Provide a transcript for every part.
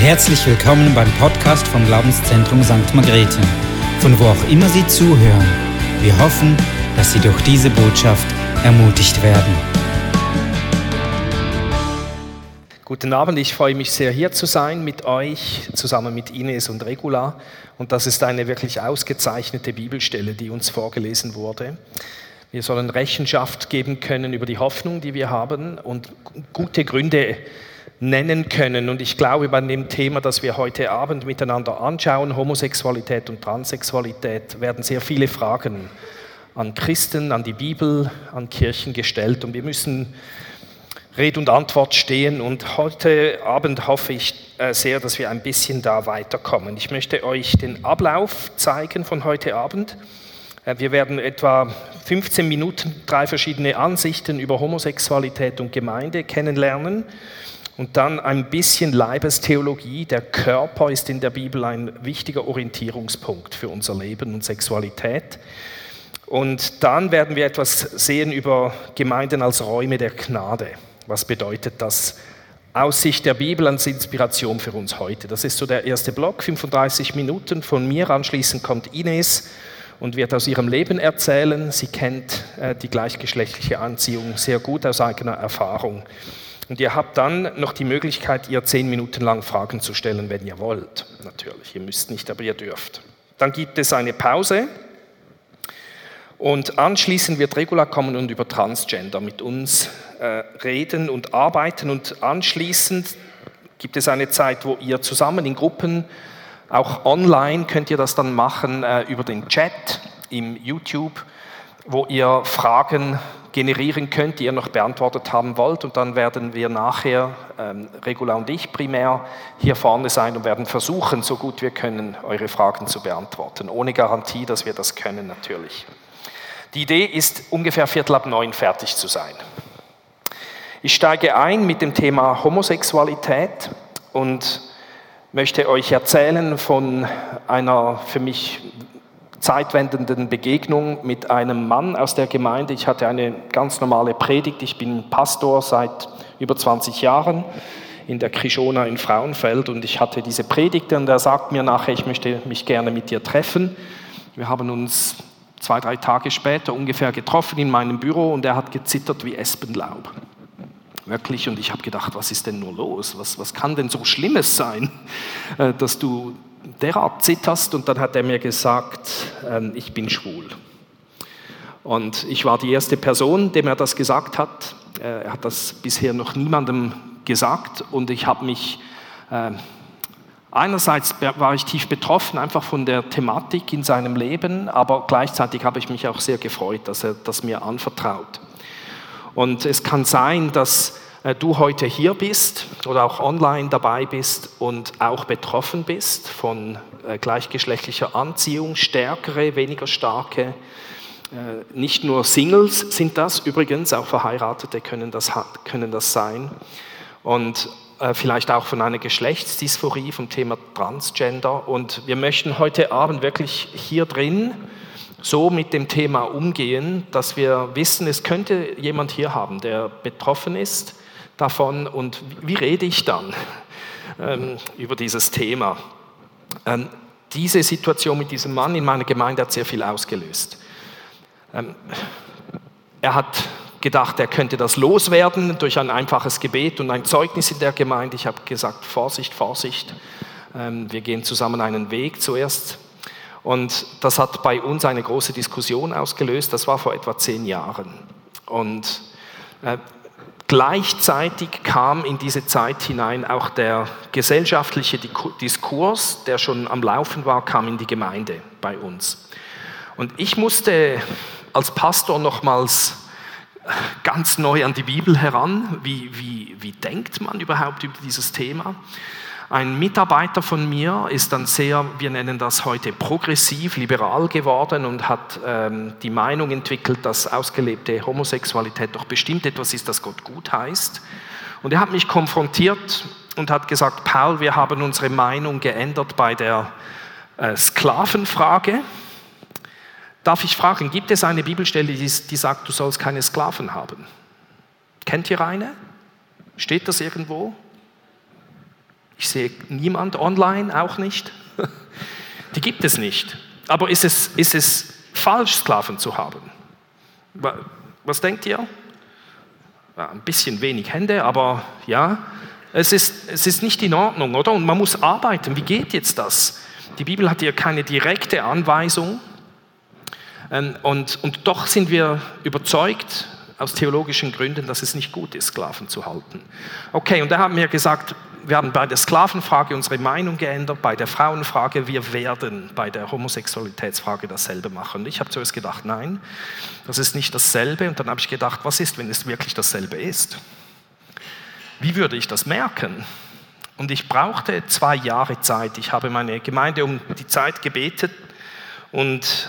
Herzlich willkommen beim Podcast vom Glaubenszentrum St. Margrethe, von wo auch immer Sie zuhören. Wir hoffen, dass Sie durch diese Botschaft ermutigt werden. Guten Abend, ich freue mich sehr, hier zu sein mit euch, zusammen mit Ines und Regula. Und das ist eine wirklich ausgezeichnete Bibelstelle, die uns vorgelesen wurde. Wir sollen Rechenschaft geben können über die Hoffnung, die wir haben und gute Gründe nennen können. Und ich glaube, bei dem Thema, das wir heute Abend miteinander anschauen, Homosexualität und Transsexualität, werden sehr viele Fragen an Christen, an die Bibel, an Kirchen gestellt. Und wir müssen Rede und Antwort stehen. Und heute Abend hoffe ich sehr, dass wir ein bisschen da weiterkommen. Ich möchte euch den Ablauf zeigen von heute Abend. Wir werden etwa 15 Minuten 3 verschiedene Ansichten über Homosexualität und Gemeinde kennenlernen. Und dann ein bisschen Leibestheologie. Der Körper ist in der Bibel ein wichtiger Orientierungspunkt für unser Leben und Sexualität. Und dann werden wir etwas sehen über Gemeinden als Räume der Gnade. Was bedeutet das aus Sicht der Bibel als Inspiration für uns heute? Das ist so der erste Block, 35 Minuten von mir. Anschließend kommt Ines und wird aus ihrem Leben erzählen. Sie kennt die gleichgeschlechtliche Anziehung sehr gut aus eigener Erfahrung. Und ihr habt dann noch die Möglichkeit, ihr 10 Minuten lang Fragen zu stellen, wenn ihr wollt. Natürlich, ihr müsst nicht, aber ihr dürft. Dann gibt es eine Pause. Und anschließend wird Regula kommen und über Transgender mit uns reden und arbeiten. Und anschließend gibt es eine Zeit, wo ihr zusammen in Gruppen, auch online könnt ihr das dann machen, über den Chat im YouTube, wo ihr Fragen generieren könnt, die ihr noch beantwortet haben wollt. Und dann werden wir nachher, Regula und ich primär, hier vorne sein und werden versuchen, so gut wir können, eure Fragen zu beantworten. Ohne Garantie, dass wir das können natürlich. Die Idee ist, ungefähr 8:45 fertig zu sein. Ich steige ein mit dem Thema Homosexualität und möchte euch erzählen von einer für mich zeitwendenden Begegnung mit einem Mann aus der Gemeinde. Ich hatte eine ganz normale Predigt. Ich bin Pastor seit über 20 Jahren in der Krishona in Frauenfeld und ich hatte diese Predigt und er sagt mir nachher, ich möchte mich gerne mit dir treffen. Wir haben uns 2-3 Tage später ungefähr getroffen in meinem Büro und er hat gezittert wie Espenlaub. Wirklich, und ich habe gedacht, was ist denn nur los? Was kann denn so Schlimmes sein, dass du derart zitterst? Und dann hat er mir gesagt, ich bin schwul. Und ich war die erste Person, dem er das gesagt hat. Er hat das bisher noch niemandem gesagt und ich habe mich einerseits war ich tief betroffen, einfach von der Thematik in seinem Leben, aber gleichzeitig habe ich mich auch sehr gefreut, dass er das mir anvertraut. Und es kann sein, dass du heute hier bist oder auch online dabei bist und auch betroffen bist von gleichgeschlechtlicher Anziehung, stärkere, weniger starke. Nicht nur Singles sind das, übrigens auch Verheiratete können das sein. Und vielleicht auch von einer Geschlechtsdysphorie, vom Thema Transgender. Und wir möchten heute Abend wirklich hier drin so mit dem Thema umgehen, dass wir wissen, es könnte jemand hier haben, der betroffen ist davon. Und wie rede ich dann über dieses Thema? Diese Situation mit diesem Mann in meiner Gemeinde hat sehr viel ausgelöst. Er hat gedacht, er könnte das loswerden durch ein einfaches Gebet und ein Zeugnis in der Gemeinde. Ich habe gesagt, Vorsicht, Vorsicht, wir gehen zusammen einen Weg zuerst. Und das hat bei uns eine große Diskussion ausgelöst, das war vor etwa 10 Jahren. Und gleichzeitig kam in diese Zeit hinein auch der gesellschaftliche Diskurs, der schon am Laufen war, kam in die Gemeinde bei uns. Und ich musste als Pastor nochmals ganz neu an die Bibel heran. Wie denkt man überhaupt über dieses Thema? Ein Mitarbeiter von mir ist dann sehr, wir nennen das heute progressiv, liberal geworden und hat die Meinung entwickelt, dass ausgelebte Homosexualität doch bestimmt etwas ist, das Gott gut heißt. Und er hat mich konfrontiert und hat gesagt, Paul, wir haben unsere Meinung geändert bei der Sklavenfrage. Darf ich fragen, gibt es eine Bibelstelle, die sagt, du sollst keine Sklaven haben? Kennt ihr eine? Steht das irgendwo? Ich sehe niemand online, auch nicht. Die gibt es nicht. Aber ist es falsch, Sklaven zu haben? Was denkt ihr? Ja, ein bisschen wenig Hände, aber ja, es ist nicht in Ordnung, oder? Und man muss arbeiten. Wie geht jetzt das? Die Bibel hat hier keine direkte Anweisung. Und doch sind wir überzeugt, aus theologischen Gründen, dass es nicht gut ist, Sklaven zu halten. Okay, und da haben wir gesagt, wir haben bei der Sklavenfrage unsere Meinung geändert, bei der Frauenfrage, wir werden bei der Homosexualitätsfrage dasselbe machen. Und ich habe zuerst gedacht, nein, das ist nicht dasselbe. Und dann habe ich gedacht, was ist, wenn es wirklich dasselbe ist? Wie würde ich das merken? Und ich brauchte 2 Jahre Zeit. Ich habe meine Gemeinde um die Zeit gebetet und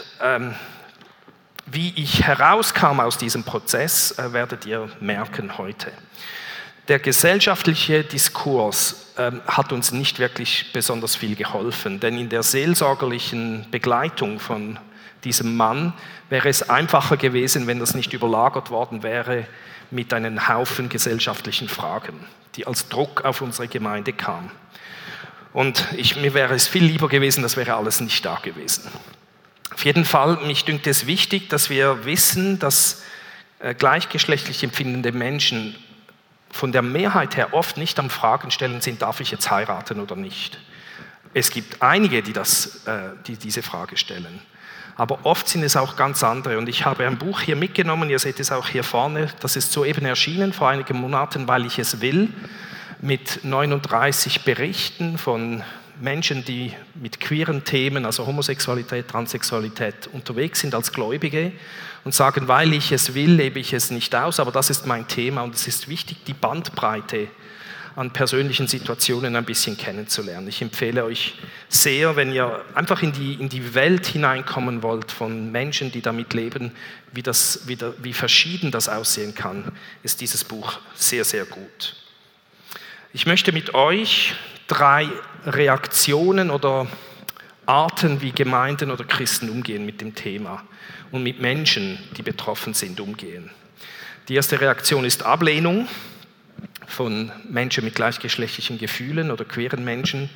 wie ich herauskam aus diesem Prozess, werdet ihr merken heute. Der gesellschaftliche Diskurs hat uns nicht wirklich besonders viel geholfen, denn in der seelsorgerlichen Begleitung von diesem Mann wäre es einfacher gewesen, wenn das nicht überlagert worden wäre mit einem Haufen gesellschaftlichen Fragen, die als Druck auf unsere Gemeinde kamen. Und mir wäre es viel lieber gewesen, das wäre alles nicht da gewesen. Auf jeden Fall, mich dünkt es wichtig, dass wir wissen, dass gleichgeschlechtlich empfindende Menschen von der Mehrheit her oft nicht am Fragen stellen sind, darf ich jetzt heiraten oder nicht. Es gibt einige, die diese Frage stellen. Aber oft sind es auch ganz andere. Und ich habe ein Buch hier mitgenommen, ihr seht es auch hier vorne, das ist soeben erschienen vor einigen Monaten, weil ich es will, mit 39 Berichten von Menschen, die mit queeren Themen, also Homosexualität, Transsexualität unterwegs sind als Gläubige und sagen, weil ich es will, lebe ich es nicht aus, aber das ist mein Thema und es ist wichtig, die Bandbreite an persönlichen Situationen ein bisschen kennenzulernen. Ich empfehle euch sehr, wenn ihr einfach in die Welt hineinkommen wollt von Menschen, die damit leben, wie verschieden das aussehen kann, ist dieses Buch sehr, sehr gut. Ich möchte mit euch 3 Reaktionen oder Arten, wie Gemeinden oder Christen umgehen mit dem Thema und mit Menschen, die betroffen sind, umgehen. Die erste Reaktion ist Ablehnung von Menschen mit gleichgeschlechtlichen Gefühlen oder queeren Menschen.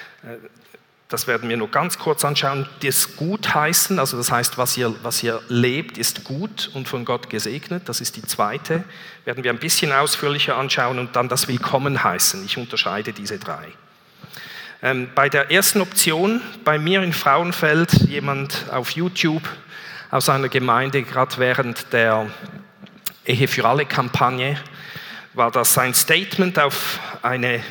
Das werden wir nur ganz kurz anschauen. Das Gutheißen, also das heißt, was ihr lebt, ist gut und von Gott gesegnet. Das ist die zweite. Werden wir ein bisschen ausführlicher anschauen und dann das Willkommenheißen. Ich unterscheide diese 3. Bei der ersten Option, bei mir in Frauenfeld, jemand auf YouTube aus einer Gemeinde, gerade während der Ehe für alle Kampagne, war das ein Statement auf ein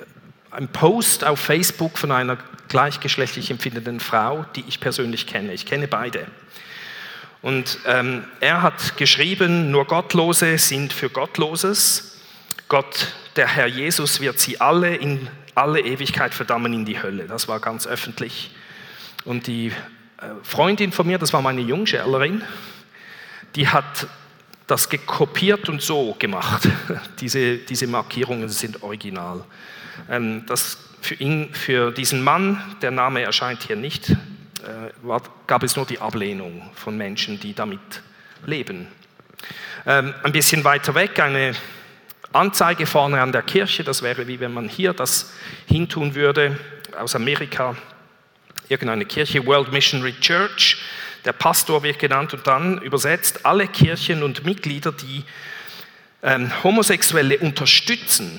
Post auf Facebook von einer gleichgeschlechtlich empfindenden Frau, die ich persönlich kenne. Ich kenne beide. Und er hat geschrieben, nur Gottlose sind für Gottloses. Gott, der Herr Jesus, wird sie alle in alle Ewigkeit verdammen in die Hölle. Das war ganz öffentlich. Und die Freundin von mir, das war meine Jungschärlerin, die hat das gekopiert und so gemacht. Diese Markierungen sind original. Das für diesen Mann, der Name erscheint hier nicht, gab es nur die Ablehnung von Menschen, die damit leben. Ein bisschen weiter weg, eine Anzeige vorne an der Kirche, das wäre wie wenn man hier das hintun würde, aus Amerika, irgendeine Kirche, World Missionary Church, der Pastor wird genannt und dann übersetzt, alle Kirchen und Mitglieder, die Homosexuelle unterstützen,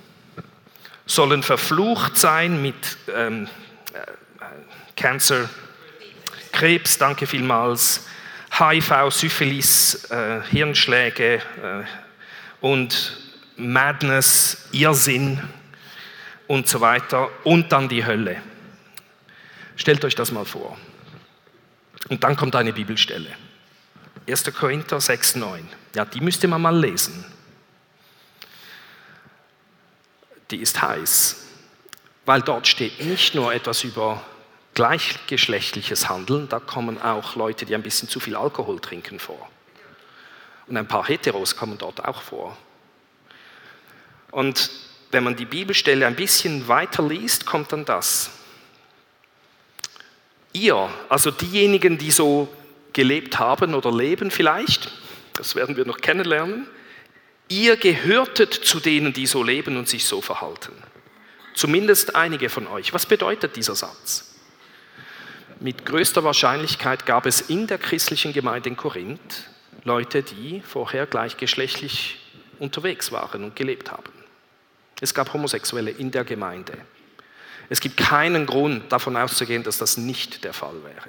sollen verflucht sein mit Cancer, Krebs, danke vielmals, HIV, Syphilis, Hirnschläge und Madness, Irrsinn und so weiter und dann die Hölle. Stellt euch das mal vor. Und dann kommt eine Bibelstelle. 1. Korinther 6,9. Ja, die müsste man mal lesen. Die ist heiß, weil dort steht nicht nur etwas über gleichgeschlechtliches Handeln, da kommen auch Leute, die ein bisschen zu viel Alkohol trinken vor. Und ein paar Heteros kommen dort auch vor. Und wenn man die Bibelstelle ein bisschen weiter liest, kommt dann das. Ihr, also diejenigen, die so gelebt haben oder leben vielleicht, das werden wir noch kennenlernen, ihr gehörtet zu denen, die so leben und sich so verhalten. Zumindest einige von euch. Was bedeutet dieser Satz? Mit größter Wahrscheinlichkeit gab es in der christlichen Gemeinde in Korinth Leute, die vorher gleichgeschlechtlich unterwegs waren und gelebt haben. Es gab Homosexuelle in der Gemeinde. Es gibt keinen Grund, davon auszugehen, dass das nicht der Fall wäre.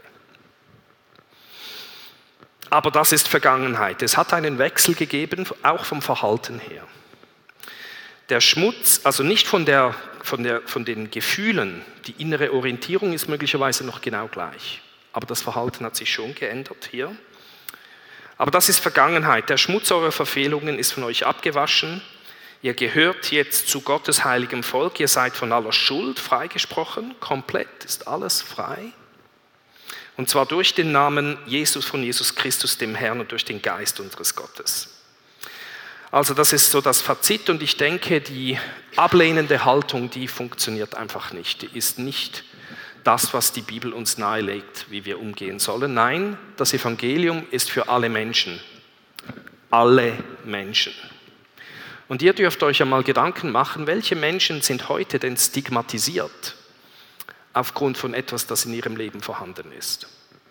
Aber das ist Vergangenheit. Es hat einen Wechsel gegeben, auch vom Verhalten her. Der Schmutz, also nicht von den Gefühlen, die innere Orientierung ist möglicherweise noch genau gleich. Aber das Verhalten hat sich schon geändert hier. Aber das ist Vergangenheit. Der Schmutz eurer Verfehlungen ist von euch abgewaschen. Ihr gehört jetzt zu Gottes heiligem Volk. Ihr seid von aller Schuld freigesprochen. Komplett ist alles frei. Und zwar durch den Namen von Jesus Christus, dem Herrn, und durch den Geist unseres Gottes. Also das ist so das Fazit, und ich denke, die ablehnende Haltung, die funktioniert einfach nicht. Die ist nicht das, was die Bibel uns nahelegt, wie wir umgehen sollen. Nein, das Evangelium ist für alle Menschen. Alle Menschen. Und ihr dürft euch einmal Gedanken machen, welche Menschen sind heute denn stigmatisiert aufgrund von etwas, das in ihrem Leben vorhanden ist.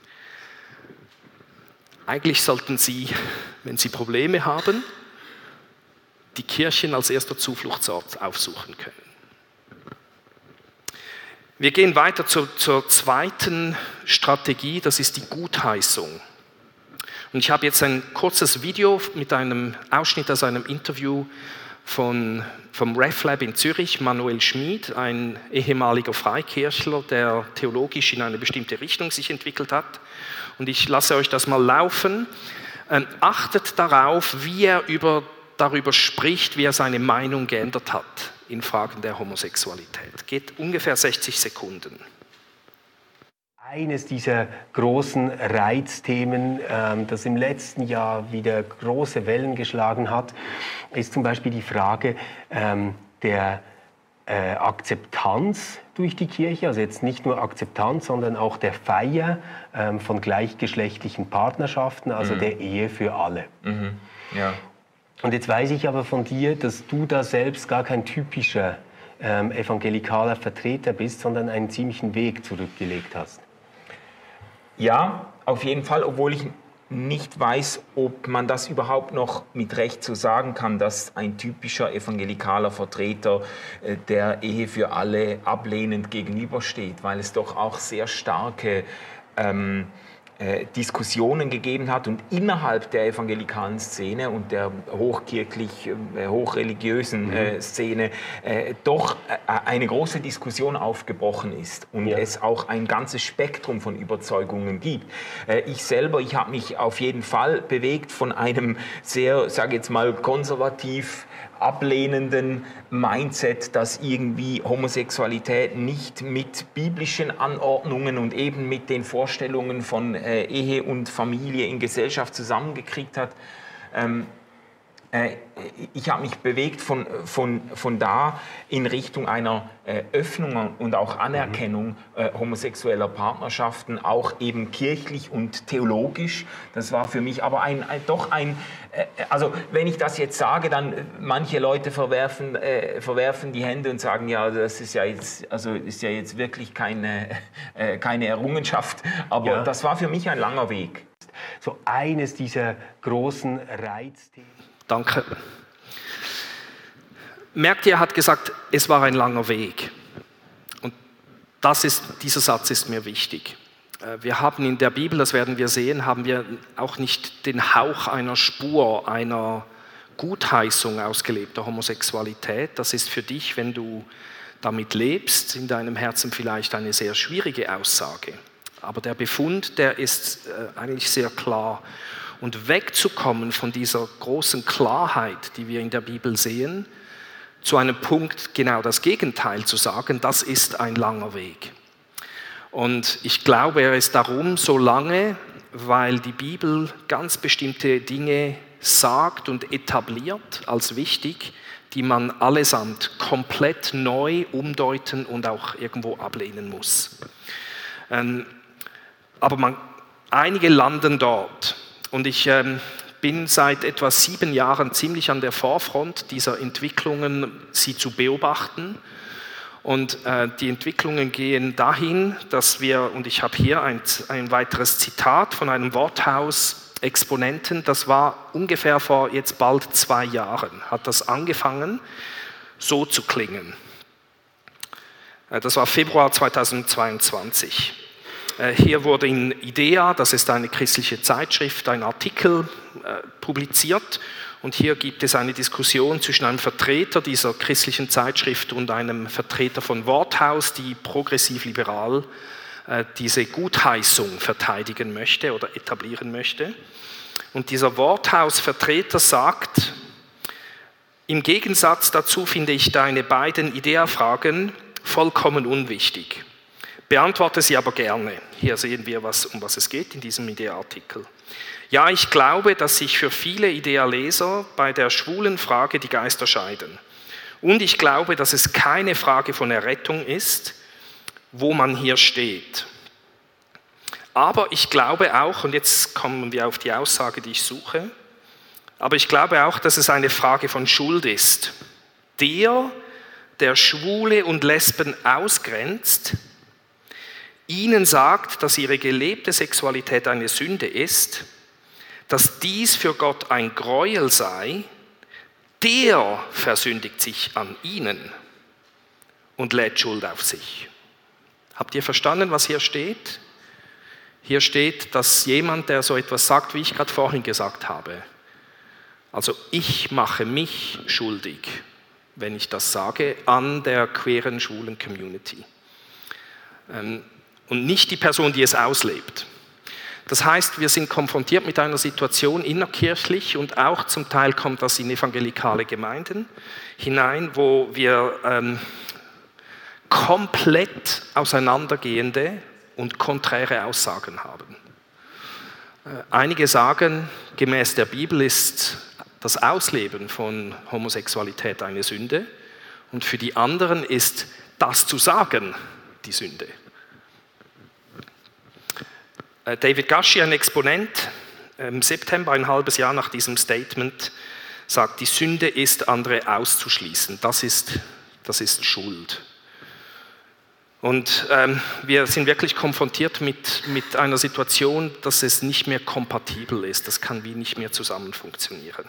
Eigentlich sollten sie, wenn sie Probleme haben, die Kirchen als erster Zufluchtsort aufsuchen können. Wir gehen weiter zur zweiten Strategie, das ist die Gutheißung. Und ich habe jetzt ein kurzes Video mit einem Ausschnitt aus einem Interview vom RefLab in Zürich, Manuel Schmid, ein ehemaliger Freikirchler, der theologisch in eine bestimmte Richtung sich entwickelt hat. Und ich lasse euch das mal laufen. Achtet darauf, wie er darüber spricht, wie er seine Meinung geändert hat in Fragen der Homosexualität. Geht ungefähr 60 Sekunden. Eines dieser großen Reizthemen, das im letzten Jahr wieder große Wellen geschlagen hat, ist zum Beispiel die Frage der Akzeptanz durch die Kirche, also jetzt nicht nur Akzeptanz, sondern auch der Feier von gleichgeschlechtlichen Partnerschaften, also der Ehe für alle. Mhm. Ja. Und jetzt weiß ich aber von dir, dass du da selbst gar kein typischer evangelikaler Vertreter bist, sondern einen ziemlichen Weg zurückgelegt hast. Ja, auf jeden Fall, obwohl ich nicht weiß, ob man das überhaupt noch mit Recht so sagen kann, dass ein typischer evangelikaler Vertreter der Ehe für alle ablehnend gegenübersteht, weil es doch auch sehr starke Diskussionen gegeben hat und innerhalb der evangelikalen Szene und der hochreligiösen Szene doch eine große Diskussion aufgebrochen ist und es auch ein ganzes Spektrum von Überzeugungen gibt. Ich habe mich auf jeden Fall bewegt von einem sehr, sage jetzt mal, konservativ ablehnenden Mindset, dass irgendwie Homosexualität nicht mit biblischen Anordnungen und eben mit den Vorstellungen von Ehe und Familie in Gesellschaft zusammengekriegt hat. Ich habe mich bewegt von da in Richtung einer Öffnung und auch Anerkennung homosexueller Partnerschaften, auch eben kirchlich und theologisch. Das war für mich aber also wenn ich das jetzt sage, dann manche Leute verwerfen die Hände und sagen, ja, das ist ja jetzt wirklich keine Errungenschaft, aber das war für mich ein langer Weg. So eines dieser großen Reizthemen. Danke. Merkt ihr, er hat gesagt, es war ein langer Weg. Und dieser Satz ist mir wichtig. Wir haben in der Bibel, das werden wir sehen, haben wir auch nicht den Hauch einer Spur, einer Gutheißung ausgelebter Homosexualität. Das ist für dich, wenn du damit lebst, in deinem Herzen vielleicht eine sehr schwierige Aussage. Aber der Befund, der ist eigentlich sehr klar. Und wegzukommen von dieser großen Klarheit, die wir in der Bibel sehen, zu einem Punkt genau das Gegenteil zu sagen, das ist ein langer Weg. Und ich glaube, er ist darum so lange, weil die Bibel ganz bestimmte Dinge sagt und etabliert als wichtig, die man allesamt komplett neu umdeuten und auch irgendwo ablehnen muss. Aber einige landen dort. Und ich bin seit etwa 7 Jahren ziemlich an der Vorfront dieser Entwicklungen, sie zu beobachten. Und die Entwicklungen gehen dahin, dass und ich habe hier ein weiteres Zitat von einem Worthaus-Exponenten, das war ungefähr vor jetzt bald 2 Jahren, hat das angefangen, so zu klingen. Das war Februar 2022. Hier wurde in IDEA, das ist eine christliche Zeitschrift, ein Artikel publiziert. Und hier gibt es eine Diskussion zwischen einem Vertreter dieser christlichen Zeitschrift und einem Vertreter von Worthaus, die progressiv-liberal diese Gutheißung verteidigen möchte oder etablieren möchte. Und dieser Worthaus-Vertreter sagt, im Gegensatz dazu finde ich deine beiden IDEA-Fragen vollkommen unwichtig. Beantworte sie aber gerne. Hier sehen wir, um was es geht in diesem IDEA-Artikel. Ja, ich glaube, dass sich für viele IDEA-Leser bei der schwulen Frage die Geister scheiden. Und ich glaube, dass es keine Frage von Errettung ist, wo man hier steht. Aber ich glaube auch, und jetzt kommen wir auf die Aussage, die ich suche, aber ich glaube auch, dass es eine Frage von Schuld ist. Der Schwule und Lesben ausgrenzt, ihnen sagt, dass ihre gelebte Sexualität eine Sünde ist, dass dies für Gott ein Gräuel sei, der versündigt sich an ihnen und lädt Schuld auf sich. Habt ihr verstanden, was hier steht? Hier steht, dass jemand, der so etwas sagt, wie ich gerade vorhin gesagt habe, also ich mache mich schuldig, wenn ich das sage, an der queeren, schwulen Community. Und nicht die Person, die es auslebt. Das heißt, wir sind konfrontiert mit einer Situation innerkirchlich und auch zum Teil kommt das in evangelikale Gemeinden hinein, wo wir komplett auseinandergehende und konträre Aussagen haben. Einige sagen, gemäß der Bibel ist das Ausleben von Homosexualität eine Sünde und für die anderen ist das zu sagen die Sünde. David Gashi, ein Exponent, im September, ein halbes Jahr nach diesem Statement, sagt, die Sünde ist, andere auszuschließen. Das ist Schuld. Und wir sind wirklich konfrontiert mit einer Situation, dass es nicht mehr kompatibel ist. Das kann wie nicht mehr zusammen funktionieren.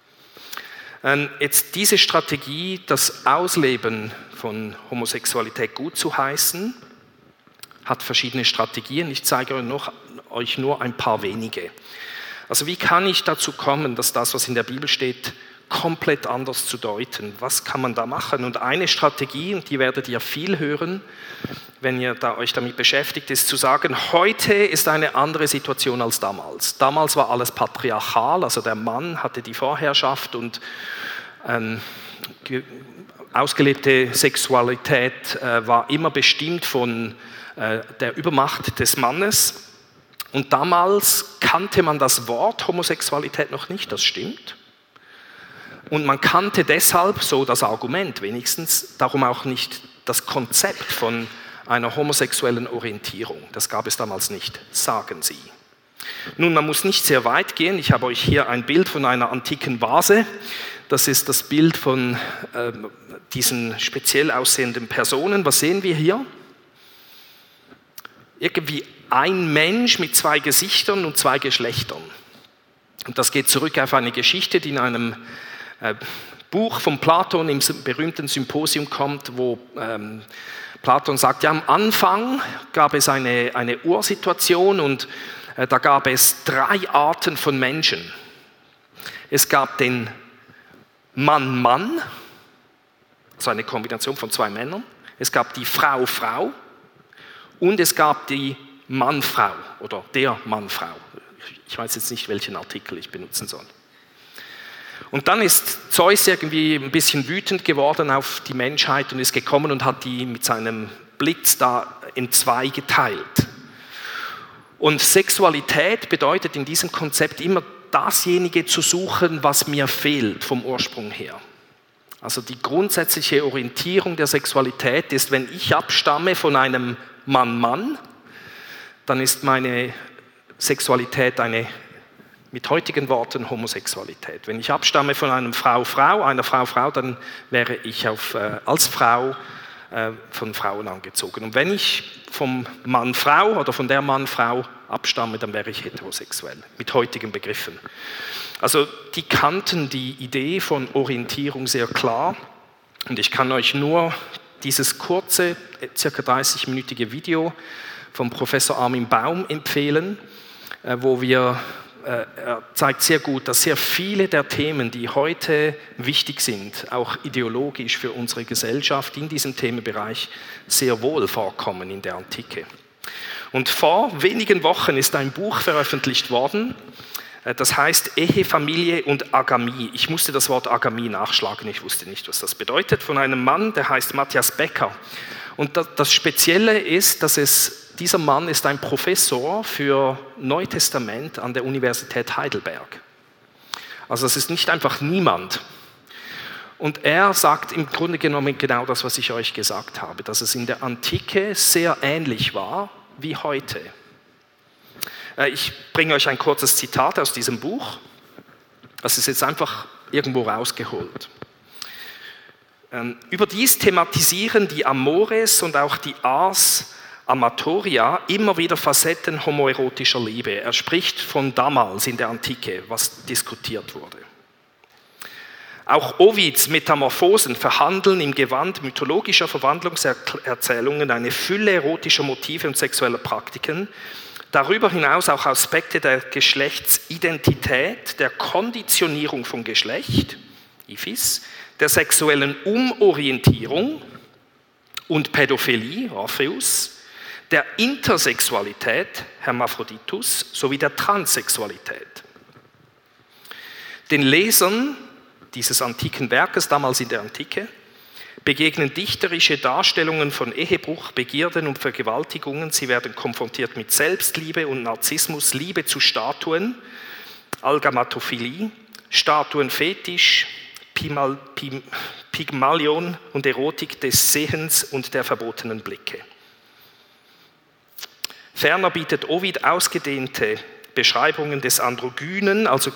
Jetzt diese Strategie, das Ausleben von Homosexualität gut zu heißen, hat verschiedene Strategien. Ich zeige euch nur ein paar wenige. Also wie kann ich dazu kommen, dass das, was in der Bibel steht, komplett anders zu deuten? Was kann man da machen? Und eine Strategie, und die werdet ihr viel hören, wenn ihr euch damit beschäftigt, ist zu sagen, heute ist eine andere Situation als damals. Damals war alles patriarchal, also der Mann hatte die Vorherrschaft und ausgelebte Sexualität war immer bestimmt von der Übermacht des Mannes. Und damals kannte man das Wort Homosexualität noch nicht, das stimmt. Und man kannte deshalb, so das Argument wenigstens, darum auch nicht das Konzept von einer homosexuellen Orientierung. Das gab es damals nicht, sagen sie. Nun, man muss nicht sehr weit gehen. Ich habe euch hier ein Bild von einer antiken Vase. Das ist das Bild von diesen speziell aussehenden Personen. Was sehen wir hier? Irgendwie ein Mensch mit 2 Gesichtern und 2 Geschlechtern. Und das geht zurück auf eine Geschichte, die in einem Buch von Platon im berühmten Symposium kommt, wo Platon sagt, ja, am Anfang gab es eine Ursituation und da gab es 3 Arten von Menschen. Es gab den Mann-Mann, also eine Kombination von 2 Männern. Es gab die Frau-Frau und es gab die Mann-Frau oder der Mann-Frau. Ich weiß jetzt nicht, welchen Artikel ich benutzen soll. Und dann ist Zeus irgendwie ein bisschen wütend geworden auf die Menschheit und ist gekommen und hat die mit seinem Blitz da in 2 geteilt. Und Sexualität bedeutet in diesem Konzept immer dasjenige zu suchen, was mir fehlt vom Ursprung her. Also die grundsätzliche Orientierung der Sexualität ist, wenn ich abstamme von einem Mann-Mann, dann ist meine Sexualität eine, mit heutigen Worten, Homosexualität. Wenn ich abstamme von einem Frau-Frau, einer Frau-Frau, dann wäre ich als Frau von Frauen angezogen. Und wenn ich vom Mann-Frau oder von der Mann-Frau abstamme, dann wäre ich heterosexuell, mit heutigen Begriffen. Also die kannten die Idee von Orientierung sehr klar und ich kann euch nur dieses kurze, ca. 30-minütige Video vom Professor Armin Baum empfehlen, wo er zeigt sehr gut, dass sehr viele der Themen, die heute wichtig sind, auch ideologisch für unsere Gesellschaft in diesem Themenbereich sehr wohl vorkommen in der Antike. Und vor wenigen Wochen ist ein Buch veröffentlicht worden, das heißt Ehe, Familie und Agamie. Ich musste das Wort Agamie nachschlagen, ich wusste nicht, was das bedeutet, von einem Mann, der heißt Matthias Becker. Und das Spezielle ist, dass dieser Mann ist ein Professor für Neutestament an der Universität Heidelberg. Also das ist nicht einfach niemand. Und er sagt im Grunde genommen genau das, was ich euch gesagt habe, dass es in der Antike sehr ähnlich war wie heute. Ich bringe euch ein kurzes Zitat aus diesem Buch. Das ist jetzt einfach irgendwo rausgeholt. Überdies thematisieren die Amores und auch die Ars Amatoria immer wieder Facetten homoerotischer Liebe. Er spricht von damals in der Antike, was diskutiert wurde. Auch Ovids Metamorphosen verhandeln im Gewand mythologischer Verwandlungserzählungen eine Fülle erotischer Motive und sexueller Praktiken. Darüber hinaus auch Aspekte der Geschlechtsidentität, der Konditionierung von Geschlecht, Iphis, der sexuellen Umorientierung und Pädophilie, Orpheus, der Intersexualität, Hermaphroditus, sowie der Transsexualität. Den Lesern dieses antiken Werkes, damals in der Antike, begegnen dichterische Darstellungen von Ehebruch, Begierden und Vergewaltigungen. Sie werden konfrontiert mit Selbstliebe und Narzissmus, Liebe zu Statuen, Algamatophilie, Statuenfetisch, Pygmalion und Erotik des Sehens und der verbotenen Blicke. Ferner bietet Ovid ausgedehnte Beschreibungen des androgynen, also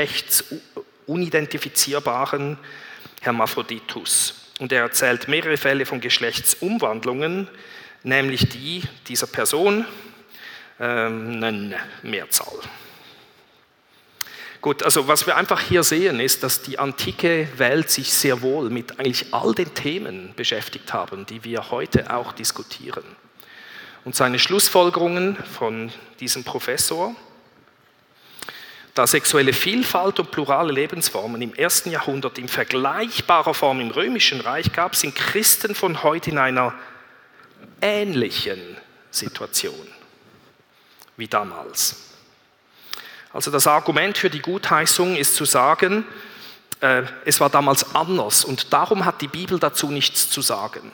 geschlechtsunidentifizieren Hermaphroditus. Und er erzählt mehrere Fälle von Geschlechtsumwandlungen, nämlich die dieser Person, Mehrzahl. Gut, also was wir einfach hier sehen, ist, dass die antike Welt sich sehr wohl mit eigentlich all den Themen beschäftigt haben, die wir heute auch diskutieren. Und seine Schlussfolgerungen von diesem Professor: Da sexuelle Vielfalt und plurale Lebensformen im 1. Jahrhundert in vergleichbarer Form im Römischen Reich gab, sind Christen von heute in einer ähnlichen Situation wie damals. Also das Argument für die Gutheißung ist zu sagen, es war damals anders und darum hat die Bibel dazu nichts zu sagen.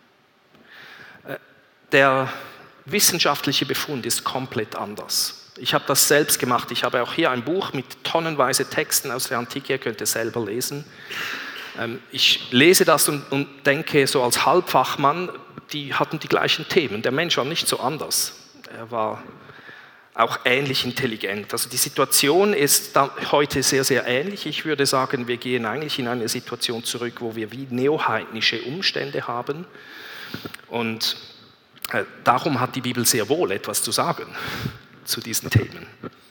Der wissenschaftliche Befund ist komplett anders. Ich habe das selbst gemacht. Ich habe auch hier ein Buch mit tonnenweise Texten aus der Antike, ihr könnt es selber lesen. Ich lese das und denke so als Halbfachmann, die hatten die gleichen Themen. Der Mensch war nicht so anders. Er war auch ähnlich intelligent. Also die Situation ist heute sehr, sehr ähnlich. Ich würde sagen, wir gehen eigentlich in eine Situation zurück, wo wir wie neoheidnische Umstände haben. Und darum hat die Bibel sehr wohl etwas zu sagen zu diesen Themen.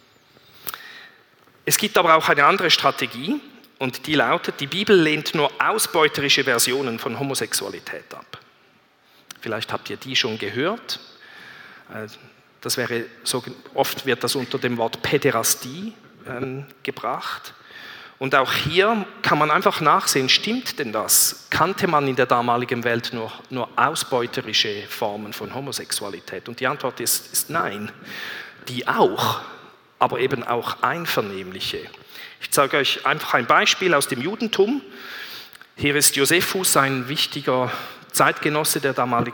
Es gibt aber auch eine andere Strategie und die lautet, die Bibel lehnt nur ausbeuterische Versionen von Homosexualität ab. Vielleicht habt ihr die schon gehört. Das wäre, so oft wird das unter dem Wort Päderastie gebracht. Und auch hier kann man einfach nachsehen, stimmt denn das? Kannte man in der damaligen Welt nur ausbeuterische Formen von Homosexualität? Und die Antwort ist nein. Die auch, aber eben auch einvernehmliche. Ich zeige euch einfach ein Beispiel aus dem Judentum. Hier ist Josephus, ein wichtiger Zeitgenosse, der damals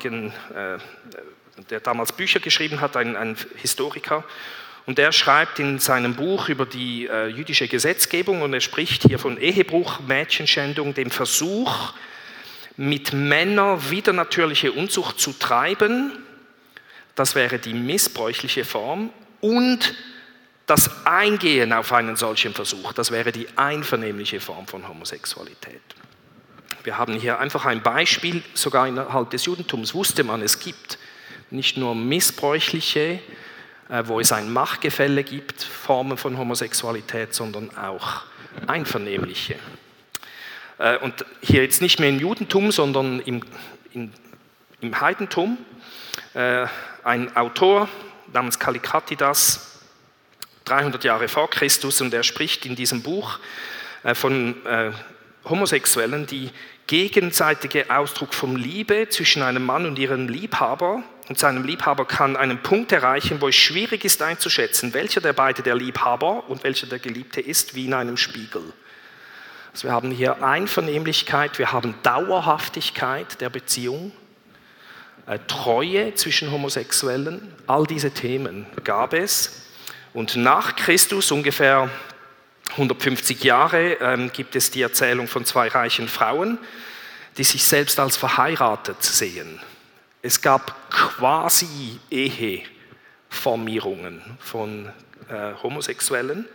Bücher geschrieben hat, ein Historiker. Und er schreibt in seinem Buch über die jüdische Gesetzgebung und er spricht hier von Ehebruch, Mädchenschändung, dem Versuch, mit Männern widernatürliche Unzucht zu treiben. Das wäre die missbräuchliche Form. Und das Eingehen auf einen solchen Versuch, das wäre die einvernehmliche Form von Homosexualität. Wir haben hier einfach ein Beispiel, sogar innerhalb des Judentums wusste man, es gibt nicht nur missbräuchliche, wo es ein Machtgefälle gibt, Formen von Homosexualität, sondern auch einvernehmliche. Und hier jetzt nicht mehr im Judentum, sondern im Heidentum. Ein Autor namens Kallikratidas, 300 Jahre vor Christus, und er spricht in diesem Buch von Homosexuellen, die gegenseitige Ausdruck von Liebe zwischen einem Mann und ihrem Liebhaber und seinem Liebhaber kann einen Punkt erreichen, wo es schwierig ist einzuschätzen, welcher der beide der Liebhaber und welcher der Geliebte ist, wie in einem Spiegel. Also wir haben hier Einvernehmlichkeit, wir haben Dauerhaftigkeit der Beziehung, Treue zwischen Homosexuellen, all diese Themen gab es. Und nach Christus, ungefähr 150 Jahre, gibt es die Erzählung von 2 reichen Frauen, die sich selbst als verheiratet sehen. Es gab quasi Eheformierungen von Homosexuellen.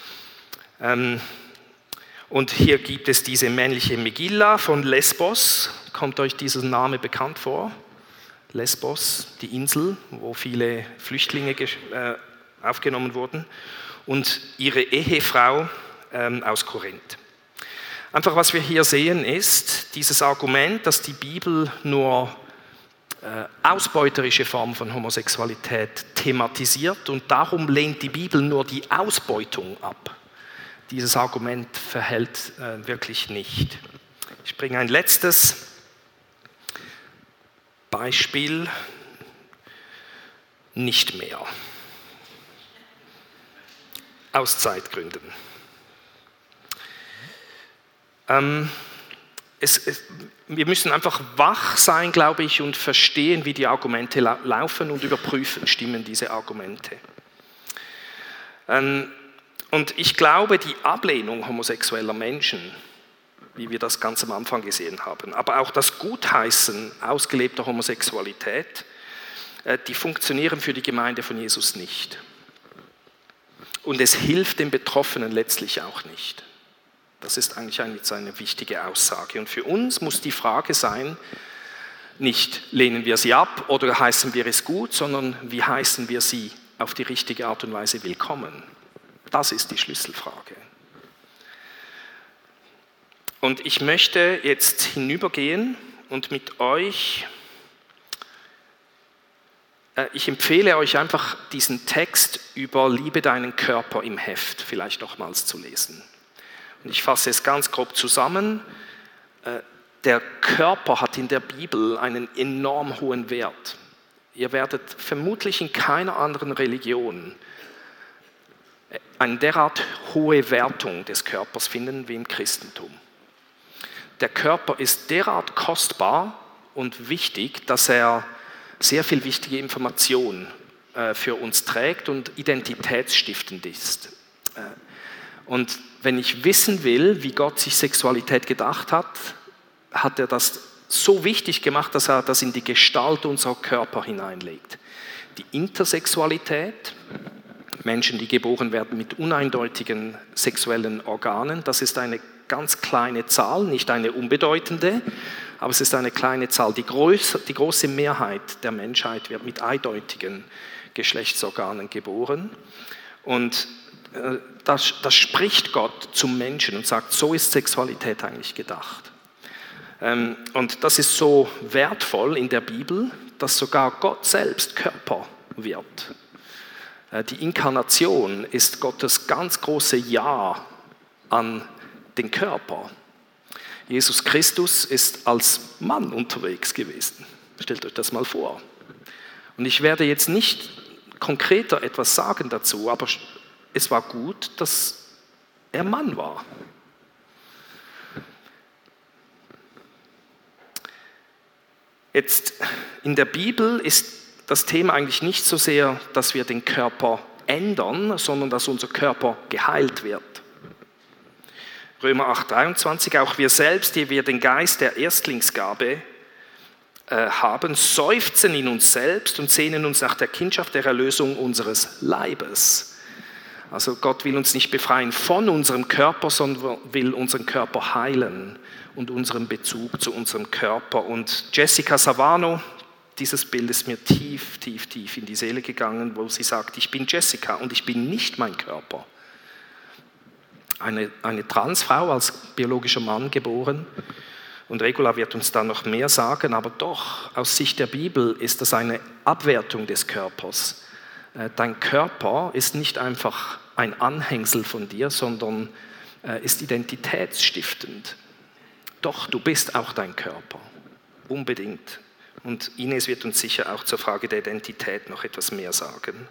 Und hier gibt es diese männliche Megilla von Lesbos. Kommt euch dieser Name bekannt vor? Lesbos, die Insel, wo viele Flüchtlinge aufgenommen wurden. Und ihre Ehefrau aus Korinth. Einfach was wir hier sehen ist, dieses Argument, dass die Bibel nur ausbeuterische Formen von Homosexualität thematisiert und darum lehnt die Bibel nur die Ausbeutung ab. Dieses Argument verhält wirklich nicht. Ich bringe ein letztes Beispiel. Nicht mehr. Aus Zeitgründen. Wir müssen einfach wach sein, glaube ich, und verstehen, wie die Argumente laufen und überprüfen, stimmen diese Argumente. Und ich glaube, die Ablehnung homosexueller Menschen, wie wir das ganz am Anfang gesehen haben, aber auch das Gutheißen ausgelebter Homosexualität, die funktionieren für die Gemeinde von Jesus nicht. Und es hilft den Betroffenen letztlich auch nicht. Das ist eigentlich eine wichtige Aussage. Und für uns muss die Frage sein, nicht lehnen wir sie ab oder heißen wir es gut, sondern wie heißen wir sie auf die richtige Art und Weise willkommen. Das ist die Schlüsselfrage. Und ich möchte jetzt hinübergehen und mit euch, ich empfehle euch einfach diesen Text über Liebe deinen Körper im Heft vielleicht nochmals zu lesen. Und ich fasse es ganz grob zusammen. Der Körper hat in der Bibel einen enorm hohen Wert. Ihr werdet vermutlich in keiner anderen Religion eine derart hohe Wertung des Körpers finden wie im Christentum. Der Körper ist derart kostbar und wichtig, dass er sehr viel wichtige Information für uns trägt und identitätsstiftend ist. Und wenn ich wissen will, wie Gott sich Sexualität gedacht hat, hat er das so wichtig gemacht, dass er das in die Gestalt unserer Körper hineinlegt. Die Intersexualität, Menschen, die geboren werden mit uneindeutigen sexuellen Organen, das ist eine ganz kleine Zahl, nicht eine unbedeutende, aber es ist eine kleine Zahl. Die große Mehrheit der Menschheit wird mit eindeutigen Geschlechtsorganen geboren. Und das spricht Gott zum Menschen und sagt, so ist Sexualität eigentlich gedacht. Und das ist so wertvoll in der Bibel, dass sogar Gott selbst Körper wird. Die Inkarnation ist Gottes ganz große Ja an den Körper. Jesus Christus ist als Mann unterwegs gewesen. Stellt euch das mal vor. Und ich werde jetzt nicht konkreter etwas sagen dazu, aber es war gut, dass er Mann war. Jetzt in der Bibel ist das Thema eigentlich nicht so sehr, dass wir den Körper ändern, sondern dass unser Körper geheilt wird. Römer 8,23, auch wir selbst, die wir den Geist der Erstlingsgabe haben, seufzen in uns selbst und sehnen uns nach der Kindschaft der Erlösung unseres Leibes. Also Gott will uns nicht befreien von unserem Körper, sondern will unseren Körper heilen und unserem Bezug zu unserem Körper. Und Jessica Savano, dieses Bild ist mir tief, tief, tief in die Seele gegangen, wo sie sagt, ich bin Jessica und ich bin nicht mein Körper. Eine Transfrau als biologischer Mann geboren. Und Regula wird uns da noch mehr sagen, aber doch, aus Sicht der Bibel ist das eine Abwertung des Körpers. Dein Körper ist nicht einfach ein Anhängsel von dir, sondern ist identitätsstiftend. Doch, du bist auch dein Körper, unbedingt. Und Ines wird uns sicher auch zur Frage der Identität noch etwas mehr sagen.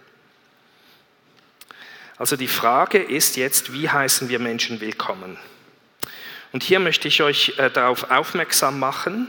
Also die Frage ist jetzt, wie heißen wir Menschen willkommen? Und hier möchte ich euch darauf aufmerksam machen,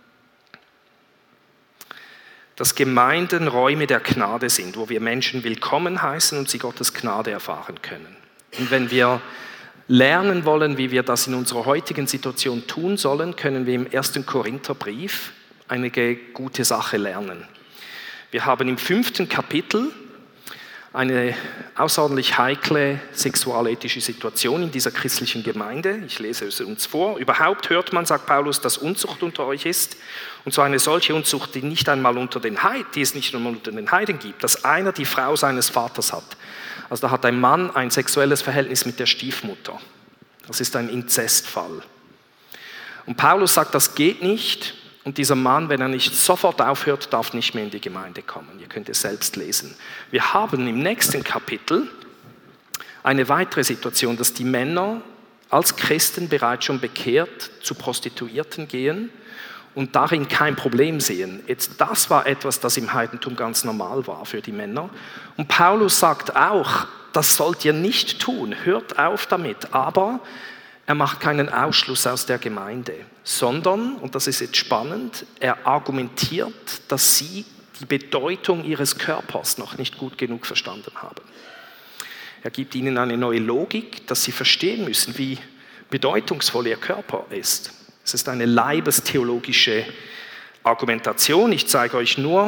dass Gemeinden Räume der Gnade sind, wo wir Menschen willkommen heißen und sie Gottes Gnade erfahren können. Und wenn wir lernen wollen, wie wir das in unserer heutigen Situation tun sollen, können wir im 1. Korintherbrief einige gute Sache lernen. Wir haben im 5. Kapitel eine außerordentlich heikle sexualethische Situation in dieser christlichen Gemeinde. Ich lese es uns vor. Überhaupt hört man, sagt Paulus, dass Unzucht unter euch ist. Und so eine solche Unzucht, die es nicht einmal unter den Heiden gibt, dass einer die Frau seines Vaters hat. Also da hat ein Mann ein sexuelles Verhältnis mit der Stiefmutter. Das ist ein Inzestfall. Und Paulus sagt, das geht nicht. Und dieser Mann, wenn er nicht sofort aufhört, darf nicht mehr in die Gemeinde kommen. Ihr könnt es selbst lesen. Wir haben im nächsten Kapitel eine weitere Situation, dass die Männer als Christen bereits schon bekehrt zu Prostituierten gehen und darin kein Problem sehen. Jetzt, das war etwas, das im Heidentum ganz normal war für die Männer. Und Paulus sagt auch, das sollt ihr nicht tun, hört auf damit. Aber er macht keinen Ausschluss aus der Gemeinde, sondern, und das ist jetzt spannend, er argumentiert, dass sie die Bedeutung ihres Körpers noch nicht gut genug verstanden haben. Er gibt ihnen eine neue Logik, dass sie verstehen müssen, wie bedeutungsvoll ihr Körper ist. Es ist eine leibestheologische Argumentation. Ich zeige euch nur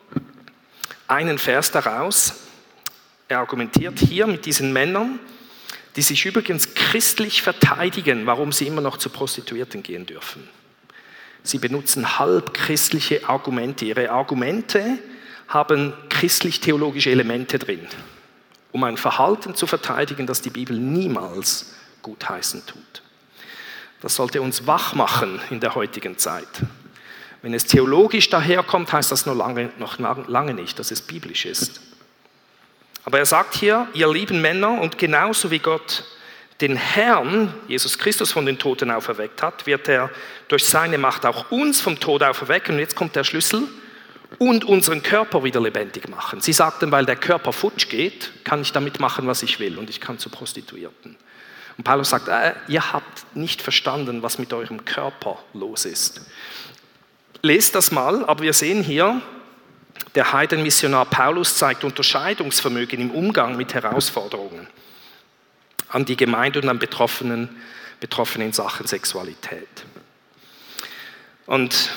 einen Vers daraus. Er argumentiert hier mit diesen Männern, die sich übrigens christlich verteidigen, warum sie immer noch zu Prostituierten gehen dürfen. Sie benutzen halbchristliche Argumente. Ihre Argumente haben christlich-theologische Elemente drin, um ein Verhalten zu verteidigen, das die Bibel niemals gutheißen tut. Das sollte uns wach machen in der heutigen Zeit. Wenn es theologisch daherkommt, heißt das noch lange nicht, dass es biblisch ist. Aber er sagt hier, ihr lieben Männer, und genauso wie Gott den Herrn, Jesus Christus, von den Toten auferweckt hat, wird er durch seine Macht auch uns vom Tod auferwecken. Und jetzt kommt der Schlüssel, und unseren Körper wieder lebendig machen. Sie sagten, weil der Körper futsch geht, kann ich damit machen, was ich will, und ich kann zu Prostituierten. Und Paulus sagt, ihr habt nicht verstanden, was mit eurem Körper los ist. Lest das mal, aber wir sehen hier, der Heidenmissionar Paulus zeigt Unterscheidungsvermögen im Umgang mit Herausforderungen an die Gemeinde und an Betroffenen in Sachen Sexualität. Und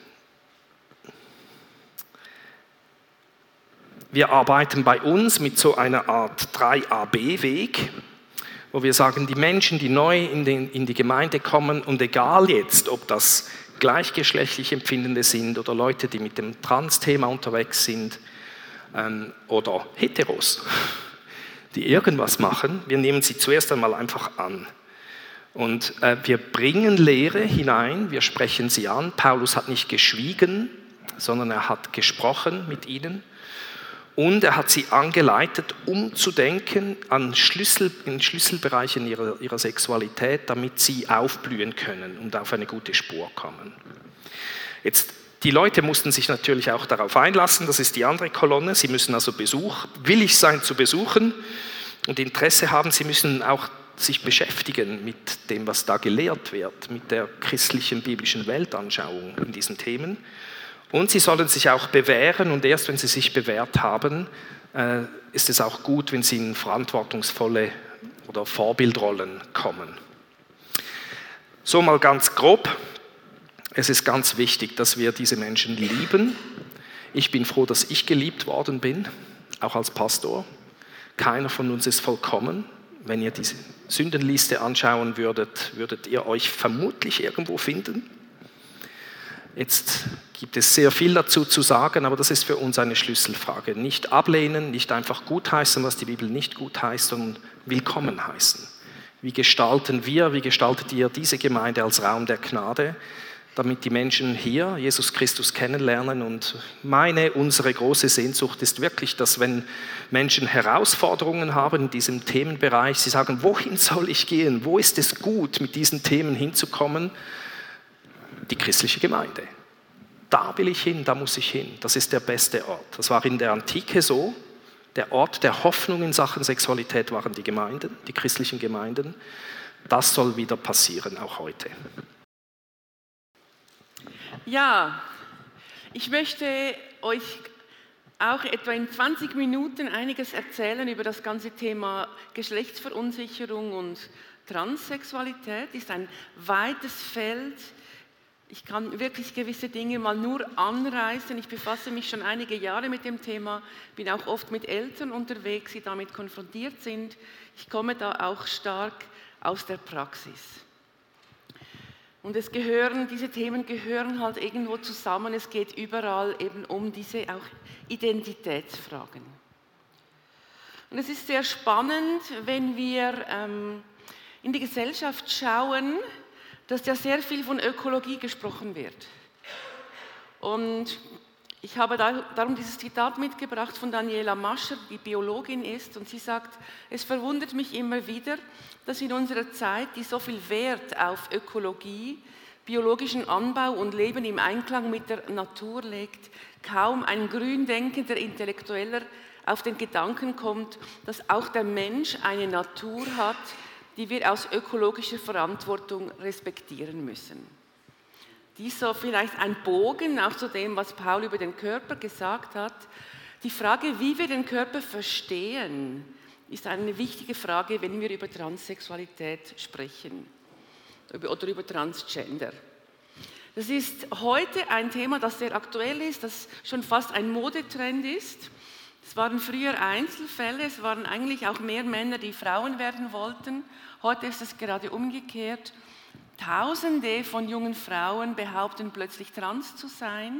wir arbeiten bei uns mit so einer Art 3AB-Weg, wo wir sagen, die Menschen, die neu in die Gemeinde kommen, und egal jetzt, ob das gleichgeschlechtlich Empfindende sind oder Leute, die mit dem Trans-Thema unterwegs sind oder Heteros, die irgendwas machen, wir nehmen sie zuerst einmal einfach an. Und wir bringen Lehre hinein, wir sprechen sie an. Paulus hat nicht geschwiegen, sondern er hat gesprochen mit ihnen. Und er hat sie angeleitet, umzudenken in Schlüsselbereichen ihrer Sexualität, damit sie aufblühen können und auf eine gute Spur kommen. Jetzt, die Leute mussten sich natürlich auch darauf einlassen, das ist die andere Kolonne. Sie müssen also willig sein zu besuchen und Interesse haben. Sie müssen auch sich beschäftigen mit dem, was da gelehrt wird, mit der christlichen biblischen Weltanschauung in diesen Themen. Und sie sollen sich auch bewähren, und erst wenn sie sich bewährt haben, ist es auch gut, wenn sie in verantwortungsvolle oder Vorbildrollen kommen. So mal ganz grob. Es ist ganz wichtig, dass wir diese Menschen lieben. Ich bin froh, dass ich geliebt worden bin, auch als Pastor. Keiner von uns ist vollkommen. Wenn ihr Sündenliste anschauen würdet, würdet ihr euch vermutlich irgendwo finden. Jetzt gibt es sehr viel dazu zu sagen, aber das ist für uns eine Schlüsselfrage. Nicht ablehnen, nicht einfach gutheißen, was die Bibel nicht gutheißt, sondern willkommen heißen. Wie gestalten wir, wie gestaltet ihr diese Gemeinde als Raum der Gnade, damit die Menschen hier Jesus Christus kennenlernen? Und unsere große Sehnsucht ist wirklich, dass wenn Menschen Herausforderungen haben in diesem Themenbereich, sie sagen, wohin soll ich gehen? Wo ist es gut, mit diesen Themen hinzukommen? Die christliche Gemeinde. Da will ich hin, da muss ich hin. Das ist der beste Ort. Das war in der Antike so. Der Ort der Hoffnung in Sachen Sexualität waren die Gemeinden, die christlichen Gemeinden. Das soll wieder passieren, auch heute. Ja, ich möchte euch auch etwa in 20 Minuten einiges erzählen über das ganze Thema Geschlechtsverunsicherung und Transsexualität. Das ist ein weites Feld. Ich kann wirklich gewisse Dinge mal nur anreißen. Ich befasse mich schon einige Jahre mit dem Thema, bin auch oft mit Eltern unterwegs, die damit konfrontiert sind. Ich komme da auch stark aus der Praxis. Und diese Themen gehören halt irgendwo zusammen. Es geht überall eben um diese auch Identitätsfragen. Und es ist sehr spannend, wenn wir in die Gesellschaft schauen, dass ja sehr viel von Ökologie gesprochen wird. Und ich habe darum dieses Zitat mitgebracht von Daniela Mascher, die Biologin ist, und sie sagt, es verwundert mich immer wieder, dass in unserer Zeit, die so viel Wert auf Ökologie, biologischen Anbau und Leben im Einklang mit der Natur legt, kaum ein grün denkender Intellektueller auf den Gedanken kommt, dass auch der Mensch eine Natur hat, die wir aus ökologischer Verantwortung respektieren müssen. Dies so vielleicht ein Bogen auch zu dem, was Paul über den Körper gesagt hat. Die Frage, wie wir den Körper verstehen, ist eine wichtige Frage, wenn wir über Transsexualität sprechen oder über Transgender. Das ist heute ein Thema, das sehr aktuell ist, das schon fast ein Modetrend ist. Es waren früher Einzelfälle, es waren eigentlich auch mehr Männer, die Frauen werden wollten. Heute ist es gerade umgekehrt. Tausende von jungen Frauen behaupten plötzlich trans zu sein.